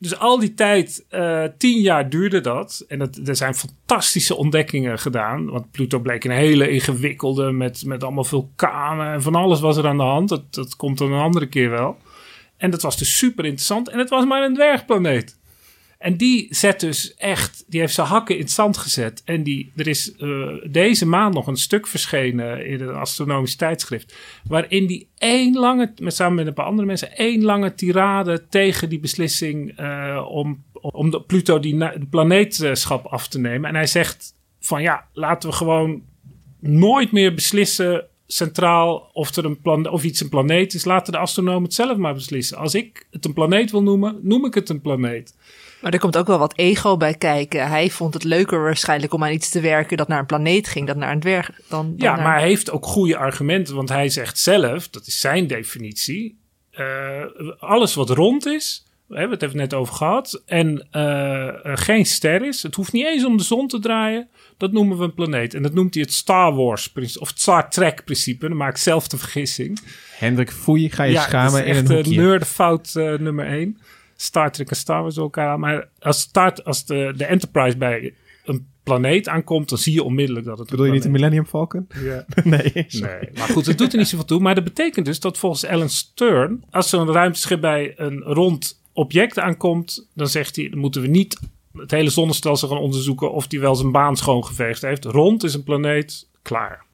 Dus al die tijd, uh, tien jaar duurde dat. En dat, er zijn fantastische ontdekkingen gedaan. Want Pluto bleek een hele ingewikkelde met, met allemaal vulkanen en van alles was er aan de hand. Dat, dat komt dan een andere keer wel. En dat was dus super interessant. En het was maar een dwergplaneet. En die zet dus echt, die heeft zijn hakken in het zand gezet. En die, er is uh, deze maand nog een stuk verschenen in een astronomisch tijdschrift. Waarin die één lange, met, samen met een paar andere mensen, één lange tirade tegen die beslissing uh, om, om de Pluto die na, de planeetschap af te nemen. En hij zegt van ja, laten we gewoon nooit meer beslissen centraal of, er een plan, of iets een planeet is. Laten de astronomen het zelf maar beslissen. Als ik het een planeet wil noemen, noem ik het een planeet. Maar er komt ook wel wat ego bij kijken. Hij vond het leuker waarschijnlijk om aan iets te werken dat naar een planeet ging, dan naar een dwerg. Dan, dan ja, naar... maar hij heeft ook goede argumenten, want hij zegt zelf, dat is zijn definitie, uh, alles wat rond is, we hebben het even net over gehad, en uh, uh, geen ster is, het hoeft niet eens om de zon te draaien, dat noemen we een planeet. En dat noemt hij het Star Wars principe, of het Star Trek principe. Dan maak ik zelf de vergissing. Hendrik, foei, ga je ja, schamen in een hoekje. Ja, hoekje. dat is echt nerdenfout uh, nummer één. Star Trek en Star Wars door elkaar aan. Maar als, start, als de, de Enterprise bij een planeet aankomt, dan zie je onmiddellijk dat het Bedoel je niet de Millennium Falcon? Ja. nee. nee. Maar goed, het doet er niet zoveel toe. Maar dat betekent dus dat volgens Alan Stern, als zo'n ruimteschip bij een rond object aankomt, dan zegt hij, dan moeten we niet het hele zonnestelsel gaan onderzoeken of die wel zijn baan schoongeveegd heeft. Rond is een planeet, klaar.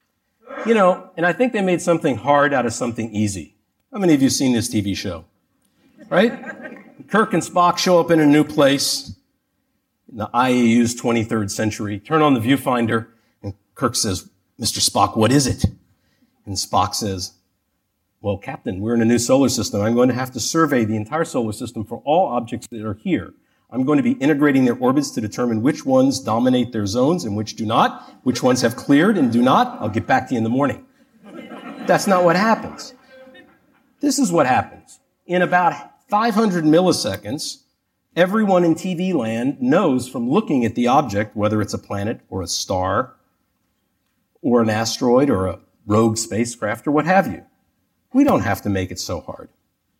You know, and I think they made something hard out of something easy. How many of you seen this T V show? Right? Kirk and Spock show up in a new place in the I A U's twenty-third century. Turn on the viewfinder, and Kirk says, Mister Spock, what is it? And Spock says, well, Captain, we're in a new solar system. I'm going to have to survey the entire solar system for all objects that are here. I'm going to be integrating their orbits to determine which ones dominate their zones and which do not, which ones have cleared and do not. I'll get back to you in the morning. That's not what happens. This is what happens. In about five hundred milliseconds, everyone in T V land knows from looking at the object, whether it's a planet or a star or an asteroid or a rogue spacecraft or what have you. We don't have to make it so hard.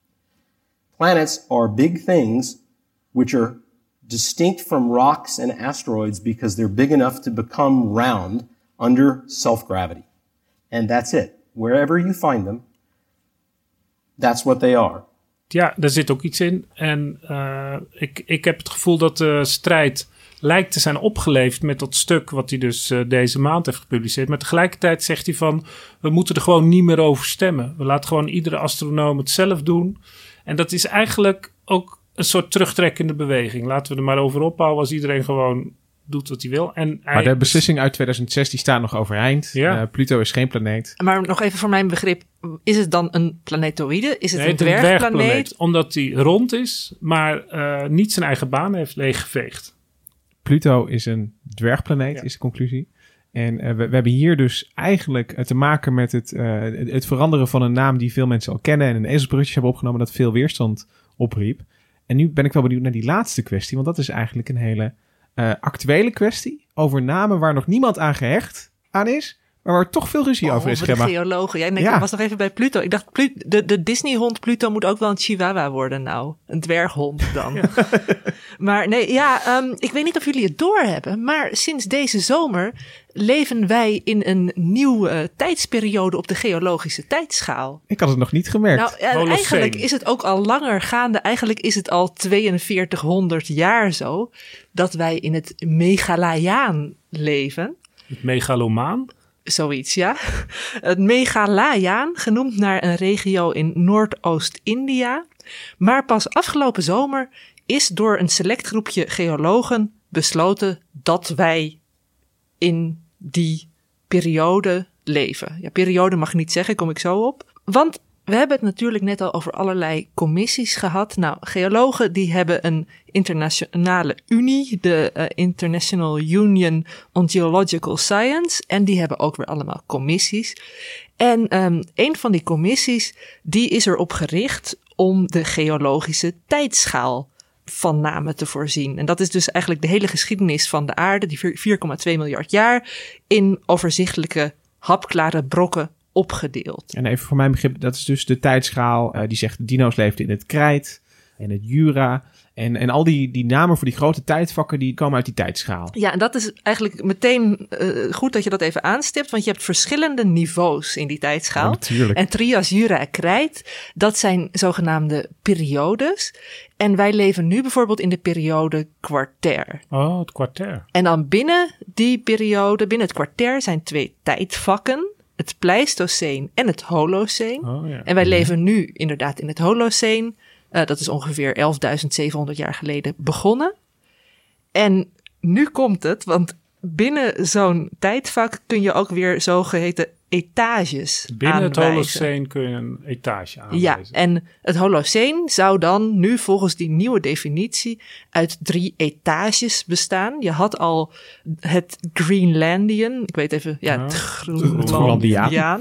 Planets are big things which are distinct from rocks and asteroids because they're big enough to become round under self-gravity. And that's it. Wherever you find them, that's what they are. Ja, daar zit ook iets in. En uh, ik, ik heb het gevoel dat de strijd lijkt te zijn opgeleverd met dat stuk wat hij dus uh, deze maand heeft gepubliceerd. Maar tegelijkertijd zegt hij van, we moeten er gewoon niet meer over stemmen. We laten gewoon iedere astronoom het zelf doen. En dat is eigenlijk ook een soort terugtrekkende beweging. Laten we er maar over ophouden als iedereen gewoon doet wat hij wil. En hij, maar de beslissing uit tweeduizend zes die staat nog overeind. Ja. Uh, Pluto is geen planeet. Maar nog even voor mijn begrip, is het dan een planetoïde? Is het nee, een dwergplaneet? Een dwergplaneet, omdat hij rond is, maar uh, niet zijn eigen baan heeft leeggeveegd. Pluto is een dwergplaneet, ja. is de conclusie. En uh, we, we hebben hier dus eigenlijk uh, te maken met het, uh, het veranderen van een naam die veel mensen al kennen en een ezelsbruggetje hebben opgenomen dat veel weerstand opriep. En nu ben ik wel benieuwd naar die laatste kwestie, want dat is eigenlijk een hele uh, actuele kwestie over namen waar nog niemand aan gehecht aan is, maar waar toch veel ruzie oh, over is. Over de geologen. Jij ja. was nog even bij Pluto. Ik dacht, Plu- de, de Disney-hond Pluto moet ook wel een chihuahua worden nou. Een dwerghond dan. Ja. Maar nee, ja, um, ik weet niet of jullie het doorhebben, maar sinds deze zomer leven wij in een nieuwe tijdsperiode op de geologische tijdschaal. Ik had het nog niet gemerkt. Nou, uh, eigenlijk is het ook al langer gaande. Eigenlijk is het al tweeënveertighonderd jaar zo dat wij in het Megalajaan leven. Het megalomaan? Zoiets, ja. Het Megalajaan, genoemd naar een regio in Noordoost-India. Maar pas afgelopen zomer is door een select groepje geologen besloten dat wij in die periode leven. Ja, periode mag ik niet zeggen, kom ik zo op. Want we hebben het natuurlijk net al over allerlei commissies gehad. Nou, geologen die hebben een internationale unie, de uh, International Union on Geological Science. En die hebben ook weer allemaal commissies. En um, een van die commissies, die is erop gericht om de geologische tijdschaal van namen te voorzien. En dat is dus eigenlijk de hele geschiedenis van de aarde, die vier komma twee miljard jaar, in overzichtelijke, hapklare brokken opgedeeld. En even voor mijn begrip, dat is dus de tijdschaal uh, die zegt dino's leefden in het Krijt en het Jura. En, en al die, die namen voor die grote tijdvakken, die komen uit die tijdschaal. Ja, en dat is eigenlijk meteen uh, goed dat je dat even aanstipt. Want je hebt verschillende niveaus in die tijdschaal. Ja, natuurlijk. En Trias, Jura en Krijt, dat zijn zogenaamde periodes. En wij leven nu bijvoorbeeld in de periode Quartair. Oh, het Quartair. En dan binnen die periode, binnen het Quartair, zijn twee tijdvakken. Het Pleistoceen en het Holoceen. Oh, ja. En wij leven nu inderdaad in het Holoceen. Uh, dat is ongeveer elfduizend zevenhonderd jaar geleden begonnen. En nu komt het, want binnen zo'n tijdvak kun je ook weer zogeheten etages Binnen aanwijzen. het Holoceen kun je een etage aanwijzen. Ja, en het Holoceen zou dan nu volgens die nieuwe definitie uit drie etages bestaan. Je had al het Greenlandian, ik weet even, ja, het Groenlandiaan,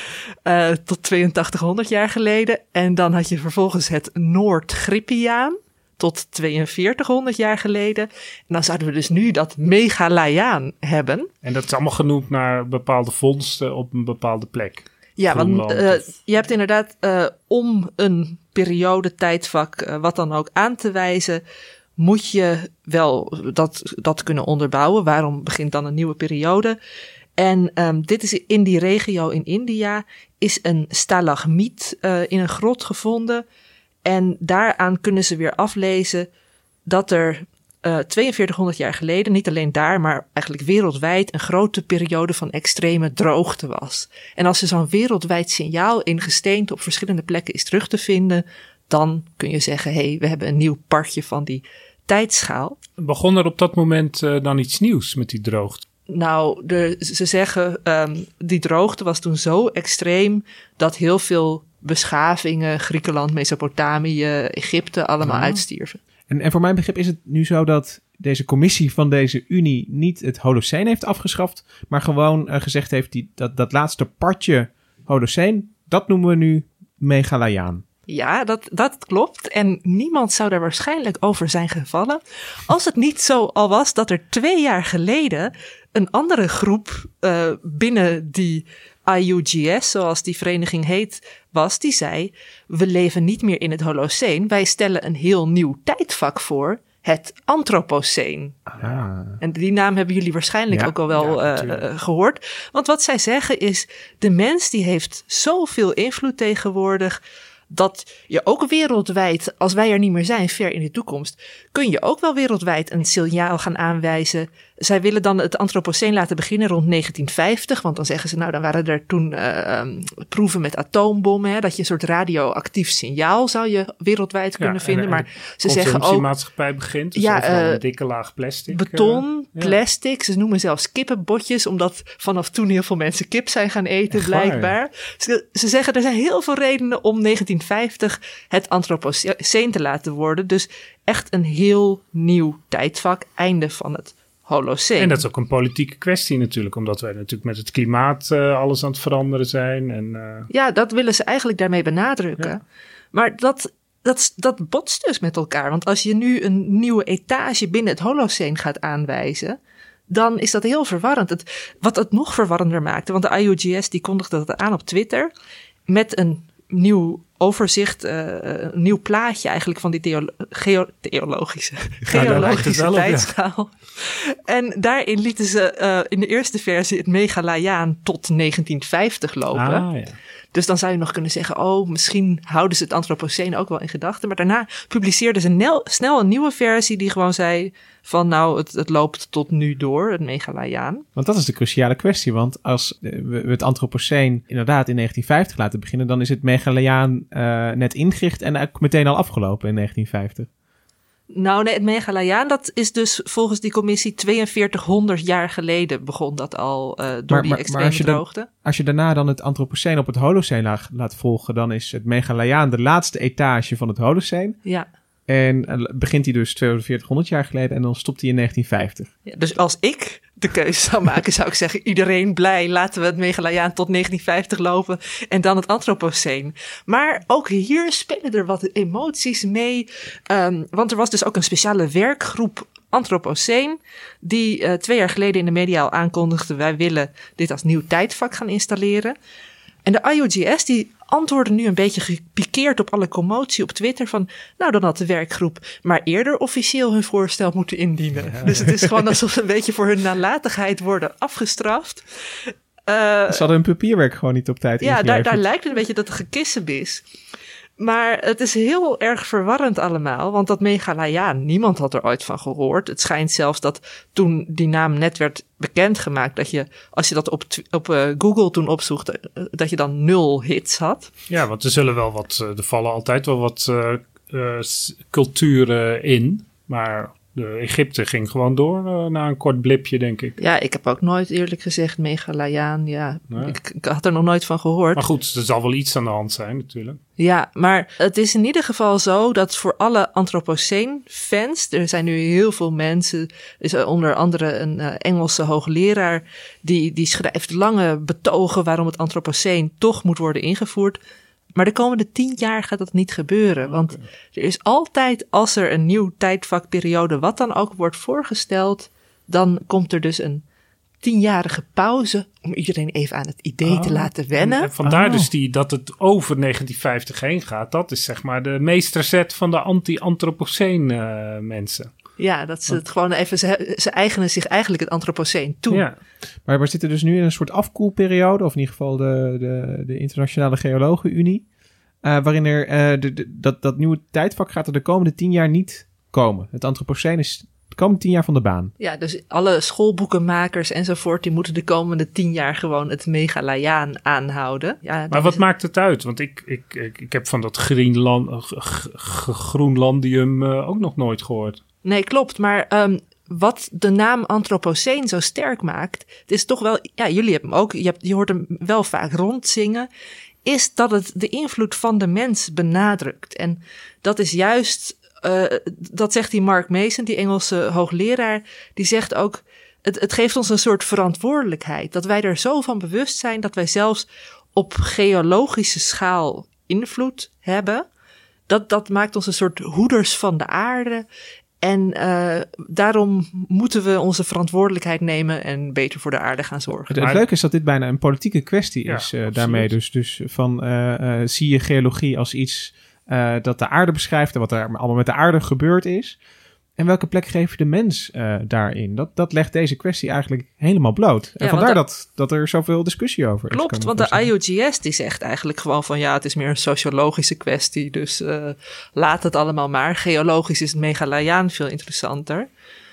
uh, tot tweeëntachtighonderd jaar geleden. En dan had je vervolgens het Noord-Grippiaan tot tweeënveertighonderd jaar geleden. En dan zouden we dus nu dat Megalaiaan hebben. En dat is allemaal genoemd naar bepaalde vondsten op een bepaalde plek. Ja, want Groenland uh, of- je hebt inderdaad uh, om een periode, tijdvak, uh, wat dan ook aan te wijzen, moet je wel dat, dat kunnen onderbouwen. Waarom begint dan een nieuwe periode? En um, dit is in die regio in India, is een stalagmiet uh, in een grot gevonden. En daaraan kunnen ze weer aflezen dat er uh, tweeënveertighonderd jaar geleden, niet alleen daar, maar eigenlijk wereldwijd, een grote periode van extreme droogte was. En als er zo'n wereldwijd signaal in gesteente op verschillende plekken is terug te vinden, dan kun je zeggen, hé, hey, we hebben een nieuw partje van die tijdschaal. Begon er op dat moment uh, dan iets nieuws met die droogte? Nou, de, ze zeggen, um, die droogte was toen zo extreem dat heel veel beschavingen, Griekenland, Mesopotamië, Egypte, allemaal Ah. uitstierven. En, en voor mijn begrip is het nu zo dat deze commissie van deze Unie niet het Holoceen heeft afgeschaft, maar gewoon uh, gezegd heeft, die, dat, dat laatste partje Holoceen, dat noemen we nu Megalaiaan. Ja, dat, dat klopt. En niemand zou daar waarschijnlijk over zijn gevallen als het niet zo al was dat er twee jaar geleden een andere groep uh, binnen die I U G S, zoals die vereniging heet, was, die zei, we leven niet meer in het Holoceen. Wij stellen een heel nieuw tijdvak voor, het Anthropoceen. Ah. En die naam hebben jullie waarschijnlijk Ja, ook al wel ja, uh, uh, gehoord. Want wat zij zeggen is, de mens die heeft zoveel invloed tegenwoordig, dat je ook wereldwijd, als wij er niet meer zijn, ver in de toekomst, kun je ook wel wereldwijd een signaal gaan aanwijzen. Zij willen dan het Anthropoceen laten beginnen rond negentien vijftig, want dan zeggen ze, nou, dan waren er toen uh, um, proeven met atoombommen, hè, dat je een soort radioactief signaal zou je wereldwijd kunnen Ja, vinden. en, maar en ze zeggen ook, consumptiemaatschappij begint, dus ja, overal uh, een dikke laag plastic. beton, uh, ja. plastic, ze noemen zelfs kippenbotjes, omdat vanaf toen heel veel mensen kip zijn gaan eten, Echt waar? blijkbaar. Ze, ze zeggen, er zijn heel veel redenen om negentien vijftig het Anthropoceen te laten worden. Dus echt een heel nieuw tijdvak, einde van het Holoceen. En dat is ook een politieke kwestie natuurlijk, omdat wij natuurlijk met het klimaat uh, alles aan het veranderen zijn. En, uh, Ja, dat willen ze eigenlijk daarmee benadrukken. Ja. Maar dat, dat, dat botst dus met elkaar. Want als je nu een nieuwe etage binnen het Holoceen gaat aanwijzen, dan is dat heel verwarrend. Het, wat het nog verwarrender maakte, want de I U G S die kondigde dat aan op Twitter met een nieuw overzicht, uh, een nieuw plaatje eigenlijk van die theo- geo- theologische, geologische tijdschaal. Ja. En daarin lieten ze uh, in de eerste versie het Megalaiaan tot negentien vijftig lopen. Ah, ja. Dus dan zou je nog kunnen zeggen, oh, misschien houden ze het Anthropoceen ook wel in gedachten. Maar daarna publiceerden ze nel, snel een nieuwe versie die gewoon zei van, nou, het, het loopt tot nu door, het Megalaiaan. Want dat is de cruciale kwestie, want als we het Anthropoceen inderdaad in negentien vijftig laten beginnen, dan is het Megalaiaan uh, net ingericht en ook meteen al afgelopen in negentien vijftig. Nou nee, het Megalaiaan, dat is dus volgens die commissie tweeënveertighonderd jaar geleden begon dat al uh, door maar, die maar, extreme maar als je droogte. Dan, als je daarna dan het Anthropoceen op het Holoceen la, laat volgen, dan is het Megalaiaan de laatste etage van het Holoceen. Ja. En uh, begint hij dus tweeënveertighonderd jaar geleden en dan stopt hij in negentien vijftig. Ja, dus als ik de keuze zou maken, zou ik zeggen, iedereen blij, laten we het Megalaiaan tot negentien vijftig lopen en dan het Anthropoceen. Maar ook hier spelen er wat emoties mee, um, want er was dus ook een speciale werkgroep Anthropoceen, die uh, twee jaar geleden in de media al aankondigde, wij willen dit als nieuw tijdvak gaan installeren. En de I U G S die antwoorden nu een beetje gepikeerd op alle commotie op Twitter van, nou dan had de werkgroep maar eerder officieel hun voorstel moeten indienen. Ja. Dus het is gewoon alsof ze een beetje voor hun nalatigheid worden afgestraft. Uh, ze hadden hun papierwerk gewoon niet op tijd Ja, daar, daar lijkt het een beetje dat het gekissenbis. Maar het is heel erg verwarrend allemaal, want dat Megalayaan, niemand had er ooit van gehoord. Het schijnt zelfs dat toen die naam net werd bekendgemaakt, dat je, als je dat op, op uh, Google toen opzocht, uh, dat je dan nul hits had. Ja, want er zullen wel wat, uh, er vallen altijd wel wat uh, uh, culturen in, maar de Egypte ging gewoon door uh, na een kort blipje, denk ik. Ja, ik heb ook nooit eerlijk gezegd Megalayaan, ja, nee. ik, ik had er nog nooit van gehoord. Maar goed, er zal wel iets aan de hand zijn natuurlijk. Ja, maar het is in ieder geval zo dat voor alle Anthropocene-fans, er zijn nu heel veel mensen, er is onder andere een uh, Engelse hoogleraar, die, die schrijft lange betogen waarom het Anthropocene toch moet worden ingevoerd. Maar de komende tien jaar gaat dat niet gebeuren. Want okay. er is altijd, als er een nieuw tijdvakperiode, wat dan ook, wordt voorgesteld, dan komt er dus een tienjarige pauze om iedereen even aan het idee oh. te laten wennen. En, en vandaar oh. dus die, dat het over negentien vijftig heen gaat. Dat is zeg maar de meesterzet van de anti-Anthropocene uh, mensen. Ja, dat ze het gewoon even, ze, ze eigenen zich eigenlijk het Anthropoceen toe. Ja. Maar we zitten dus nu in een soort afkoelperiode, of in ieder geval de, de, de Internationale Geologenunie, uh, waarin er uh, de, de, dat, dat nieuwe tijdvak gaat er de komende tien jaar niet komen. Het Anthropoceen is de komende tien jaar van de baan. Ja, dus alle schoolboekenmakers enzovoort, die moeten de komende tien jaar gewoon het Megalayaan aanhouden. Ja, maar wat is... maakt het uit? Want ik, ik, ik, ik heb van dat Greenland, g- g- Groenlandium uh, ook nog nooit gehoord. Nee, klopt. Maar um, wat de naam Anthropoceen zo sterk maakt, het is toch wel, ja, jullie hebben hem ook, je, hebt, je hoort hem wel vaak rondzingen, is dat het de invloed van de mens benadrukt. En dat is juist, uh, dat zegt die Mark Mason, die Engelse hoogleraar, die zegt ook, het, het geeft ons een soort verantwoordelijkheid. Dat wij er zo van bewust zijn dat wij zelfs op geologische schaal invloed hebben. Dat, dat maakt ons een soort hoeders van de aarde. En uh, daarom moeten we onze verantwoordelijkheid nemen en beter voor de aarde gaan zorgen. Het, het leuke is dat dit bijna een politieke kwestie is ja, uh, daarmee. Dus, dus van uh, uh, zie je geologie als iets uh, dat de aarde beschrijft en wat er allemaal met de aarde gebeurd is. En welke plek geef je de mens uh, daarin? Dat, dat legt deze kwestie eigenlijk helemaal bloot. En ja, vandaar de, dat, dat er zoveel discussie over is. Klopt, want de I O G S die zegt eigenlijk gewoon van ja, het is meer een sociologische kwestie. Dus uh, laat het allemaal maar. Geologisch is het Megalayaan veel interessanter.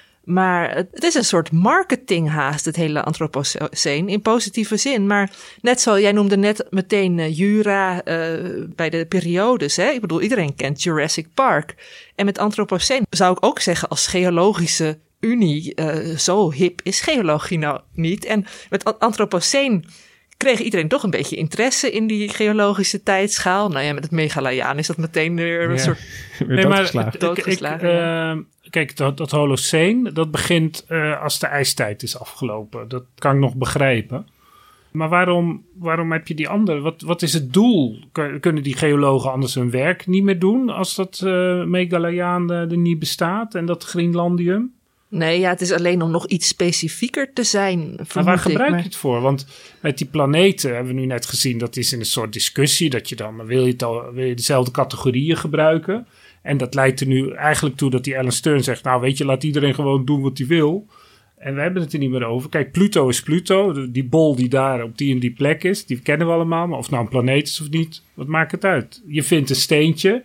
Maar het is een soort marketinghaast, het hele Anthropoceen, in positieve zin. Maar net zo, jij noemde net meteen uh, Jura uh, bij de periodes. Hè? Ik bedoel, iedereen kent Jurassic Park. En met Anthropoceen zou ik ook zeggen als geologische unie, uh, zo hip is geologie nou niet. En met Anthropoceen kreeg iedereen toch een beetje interesse in die geologische tijdschaal. Nou ja, met het Megalayaan is dat meteen weer een ja, soort nee, doodgeslagen. Maar, doodgeslagen ik, ik, uh, kijk, dat, dat Holoceen, dat begint uh, als de ijstijd is afgelopen. Dat kan ik nog begrijpen. Maar waarom, waarom heb je die andere? Wat, wat is het doel? Kunnen die geologen anders hun werk niet meer doen als dat uh, Megalayaan uh, er niet bestaat en dat Groenlandium? Nee, ja, het is alleen om nog iets specifieker te zijn. Maar waar gebruik ik, maar... je het voor? Want met die planeten hebben we nu net gezien, dat is in een soort discussie, dat je dan, wil je, het al, wil je dezelfde categorieën gebruiken? En dat leidt er nu eigenlijk toe dat die Alan Stern zegt, nou weet je, laat iedereen gewoon doen wat hij wil. En we hebben het er niet meer over. Kijk, Pluto is Pluto. Die bol die daar op die en die plek is, die kennen we allemaal. Maar of het nou een planeet is of niet, wat maakt het uit? Je vindt een steentje.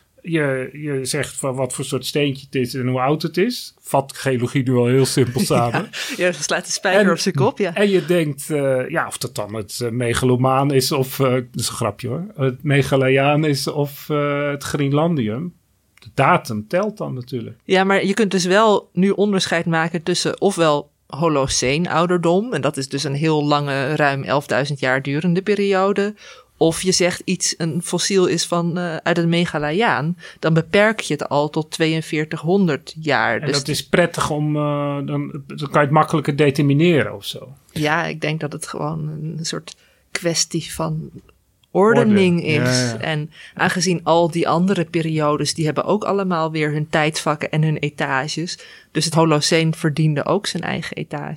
Je, je zegt van wat voor soort steentje het is en hoe oud het is. Vat geologie nu al heel simpel samen. Ja, je slaat de spijker en, op zijn kop, ja. En je denkt, uh, ja, of dat dan het uh, megalomaan is of... Uh, dat is een grapje hoor. Het Megalayaan is of uh, het Groenlandium. De datum telt dan natuurlijk. Ja, maar je kunt dus wel nu onderscheid maken tussen ofwel Holoceen-ouderdom. En dat is dus een heel lange, ruim elfduizend jaar durende periode. Of je zegt iets, een fossiel is van uh, uit het Megalayaan, dan beperk je het al tot tweeënveertighonderd jaar. En dus dat is prettig om, uh, dan, dan kan je het makkelijker determineren of zo. Ja, ik denk dat het gewoon een soort kwestie van ordening Orde. is. Ja, ja. En aangezien al die andere periodes, die hebben ook allemaal weer hun tijdvakken en hun etages. Dus het Holoceen verdiende ook zijn eigen etage.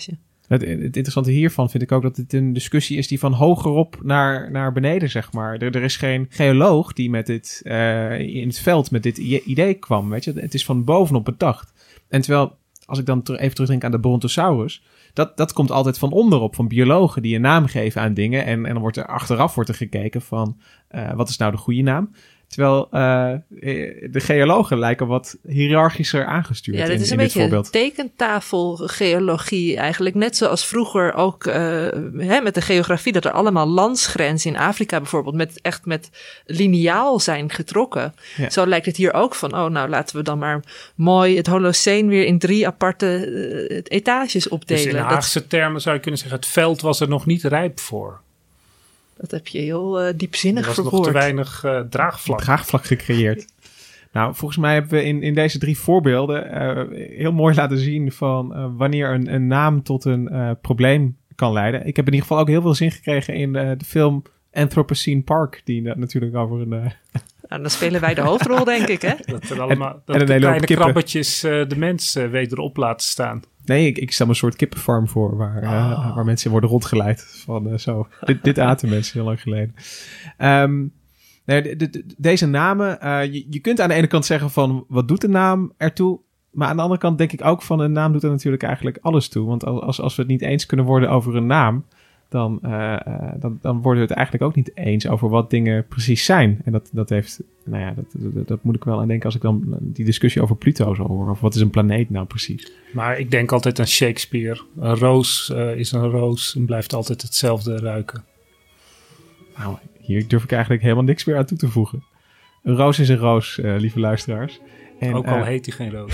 Het, het interessante hiervan vind ik ook dat het een discussie is die van hogerop naar, naar beneden, zeg maar. Er, er is geen geoloog die met dit, uh, in het veld met dit idee kwam, weet je. Het is van bovenop bedacht. En terwijl, als ik dan ter, even terugdenk aan de Brontosaurus, dat, dat komt altijd van onderop, van biologen die een naam geven aan dingen. En, en dan wordt er achteraf wordt er gekeken van, uh, wat is nou de goede naam? Terwijl uh, de geologen lijken wat hiërarchischer aangestuurd. Ja, dit in, is een in beetje dit voorbeeld. tekentafelgeologie eigenlijk. Net zoals vroeger ook uh, hè, met de geografie, dat er allemaal landsgrenzen in Afrika bijvoorbeeld met echt met liniaal zijn getrokken. Ja. Zo lijkt het hier ook van, oh nou laten we dan maar mooi het Holoceen weer in drie aparte uh, etages opdelen. Dus in Haagse dat, termen zou je kunnen zeggen, het veld was er nog niet rijp voor. Dat heb je heel uh, diepzinnig verwoord. Er was nog te weinig uh, draagvlak. Draagvlak gecreëerd. Nou, volgens mij hebben we in, in deze drie voorbeelden uh, heel mooi laten zien van uh, wanneer een, een naam tot een uh, probleem kan leiden. Ik heb in ieder geval ook heel veel zin gekregen in uh, de film Anthropocene Park, die uh, natuurlijk over een... Uh, nou, dan spelen wij de hoofdrol, denk ik, hè? Dat er allemaal en, dat en de kleine krabbertjes uh, de mens uh, wederop laten staan. Nee, ik, ik stel me een soort kippenfarm voor waar, oh. uh, waar mensen worden rondgeleid. Van uh, zo, dit, dit aten mensen heel lang geleden. Um, nee, de, de, deze namen, uh, je, je kunt aan de ene kant zeggen van, wat doet de naam ertoe? Maar aan de andere kant denk ik ook van, een naam doet er natuurlijk eigenlijk alles toe. Want als, als we het niet eens kunnen worden over een naam, dan, uh, uh, dan, dan worden we het eigenlijk ook niet eens over wat dingen precies zijn. En dat, dat heeft, nou ja, dat, dat, dat moet ik wel aan denken als ik dan die discussie over Pluto zo hoor. Of wat is een planeet nou precies? Maar ik denk altijd aan Shakespeare. Een roos uh, is een roos en blijft altijd hetzelfde ruiken. Nou, hier durf ik eigenlijk helemaal niks meer aan toe te voegen. Een roos is een roos, uh, lieve luisteraars. En, ook al uh, heet hij geen roos.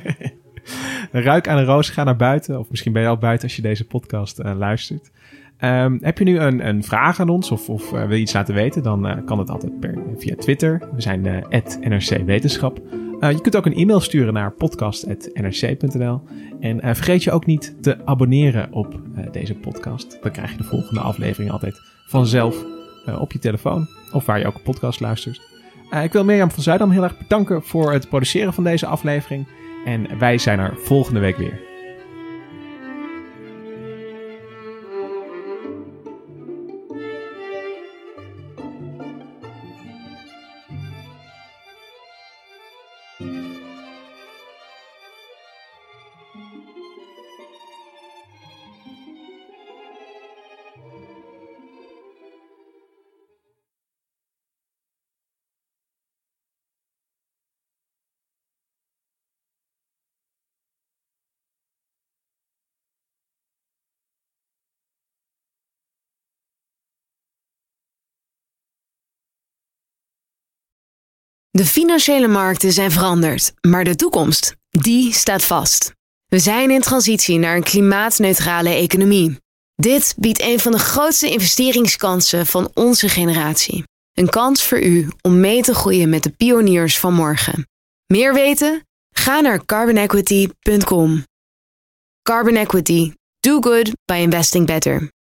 Ruik aan een roos, ga naar buiten. Of misschien ben je al buiten als je deze podcast uh, luistert. Um, heb je nu een, een vraag aan ons of, of uh, wil je iets laten weten, dan uh, kan het altijd per, via Twitter. We zijn uh, at N R C Wetenschap. Uh, je kunt ook een e-mail sturen naar podcast at N R C punt N L. En uh, vergeet je ook niet te abonneren op uh, deze podcast. Dan krijg je de volgende aflevering altijd vanzelf uh, op je telefoon. Of waar je ook een podcast luistert. Uh, ik wil Mirjam van Zuidam heel erg bedanken voor het produceren van deze aflevering. En wij zijn er volgende week weer. De financiële markten zijn veranderd, maar de toekomst, die staat vast. We zijn in transitie naar een klimaatneutrale economie. Dit biedt een van de grootste investeringskansen van onze generatie. Een kans voor u om mee te groeien met de pioniers van morgen. Meer weten? Ga naar carbon equity punt com. Carbon Equity. Do good by investing better.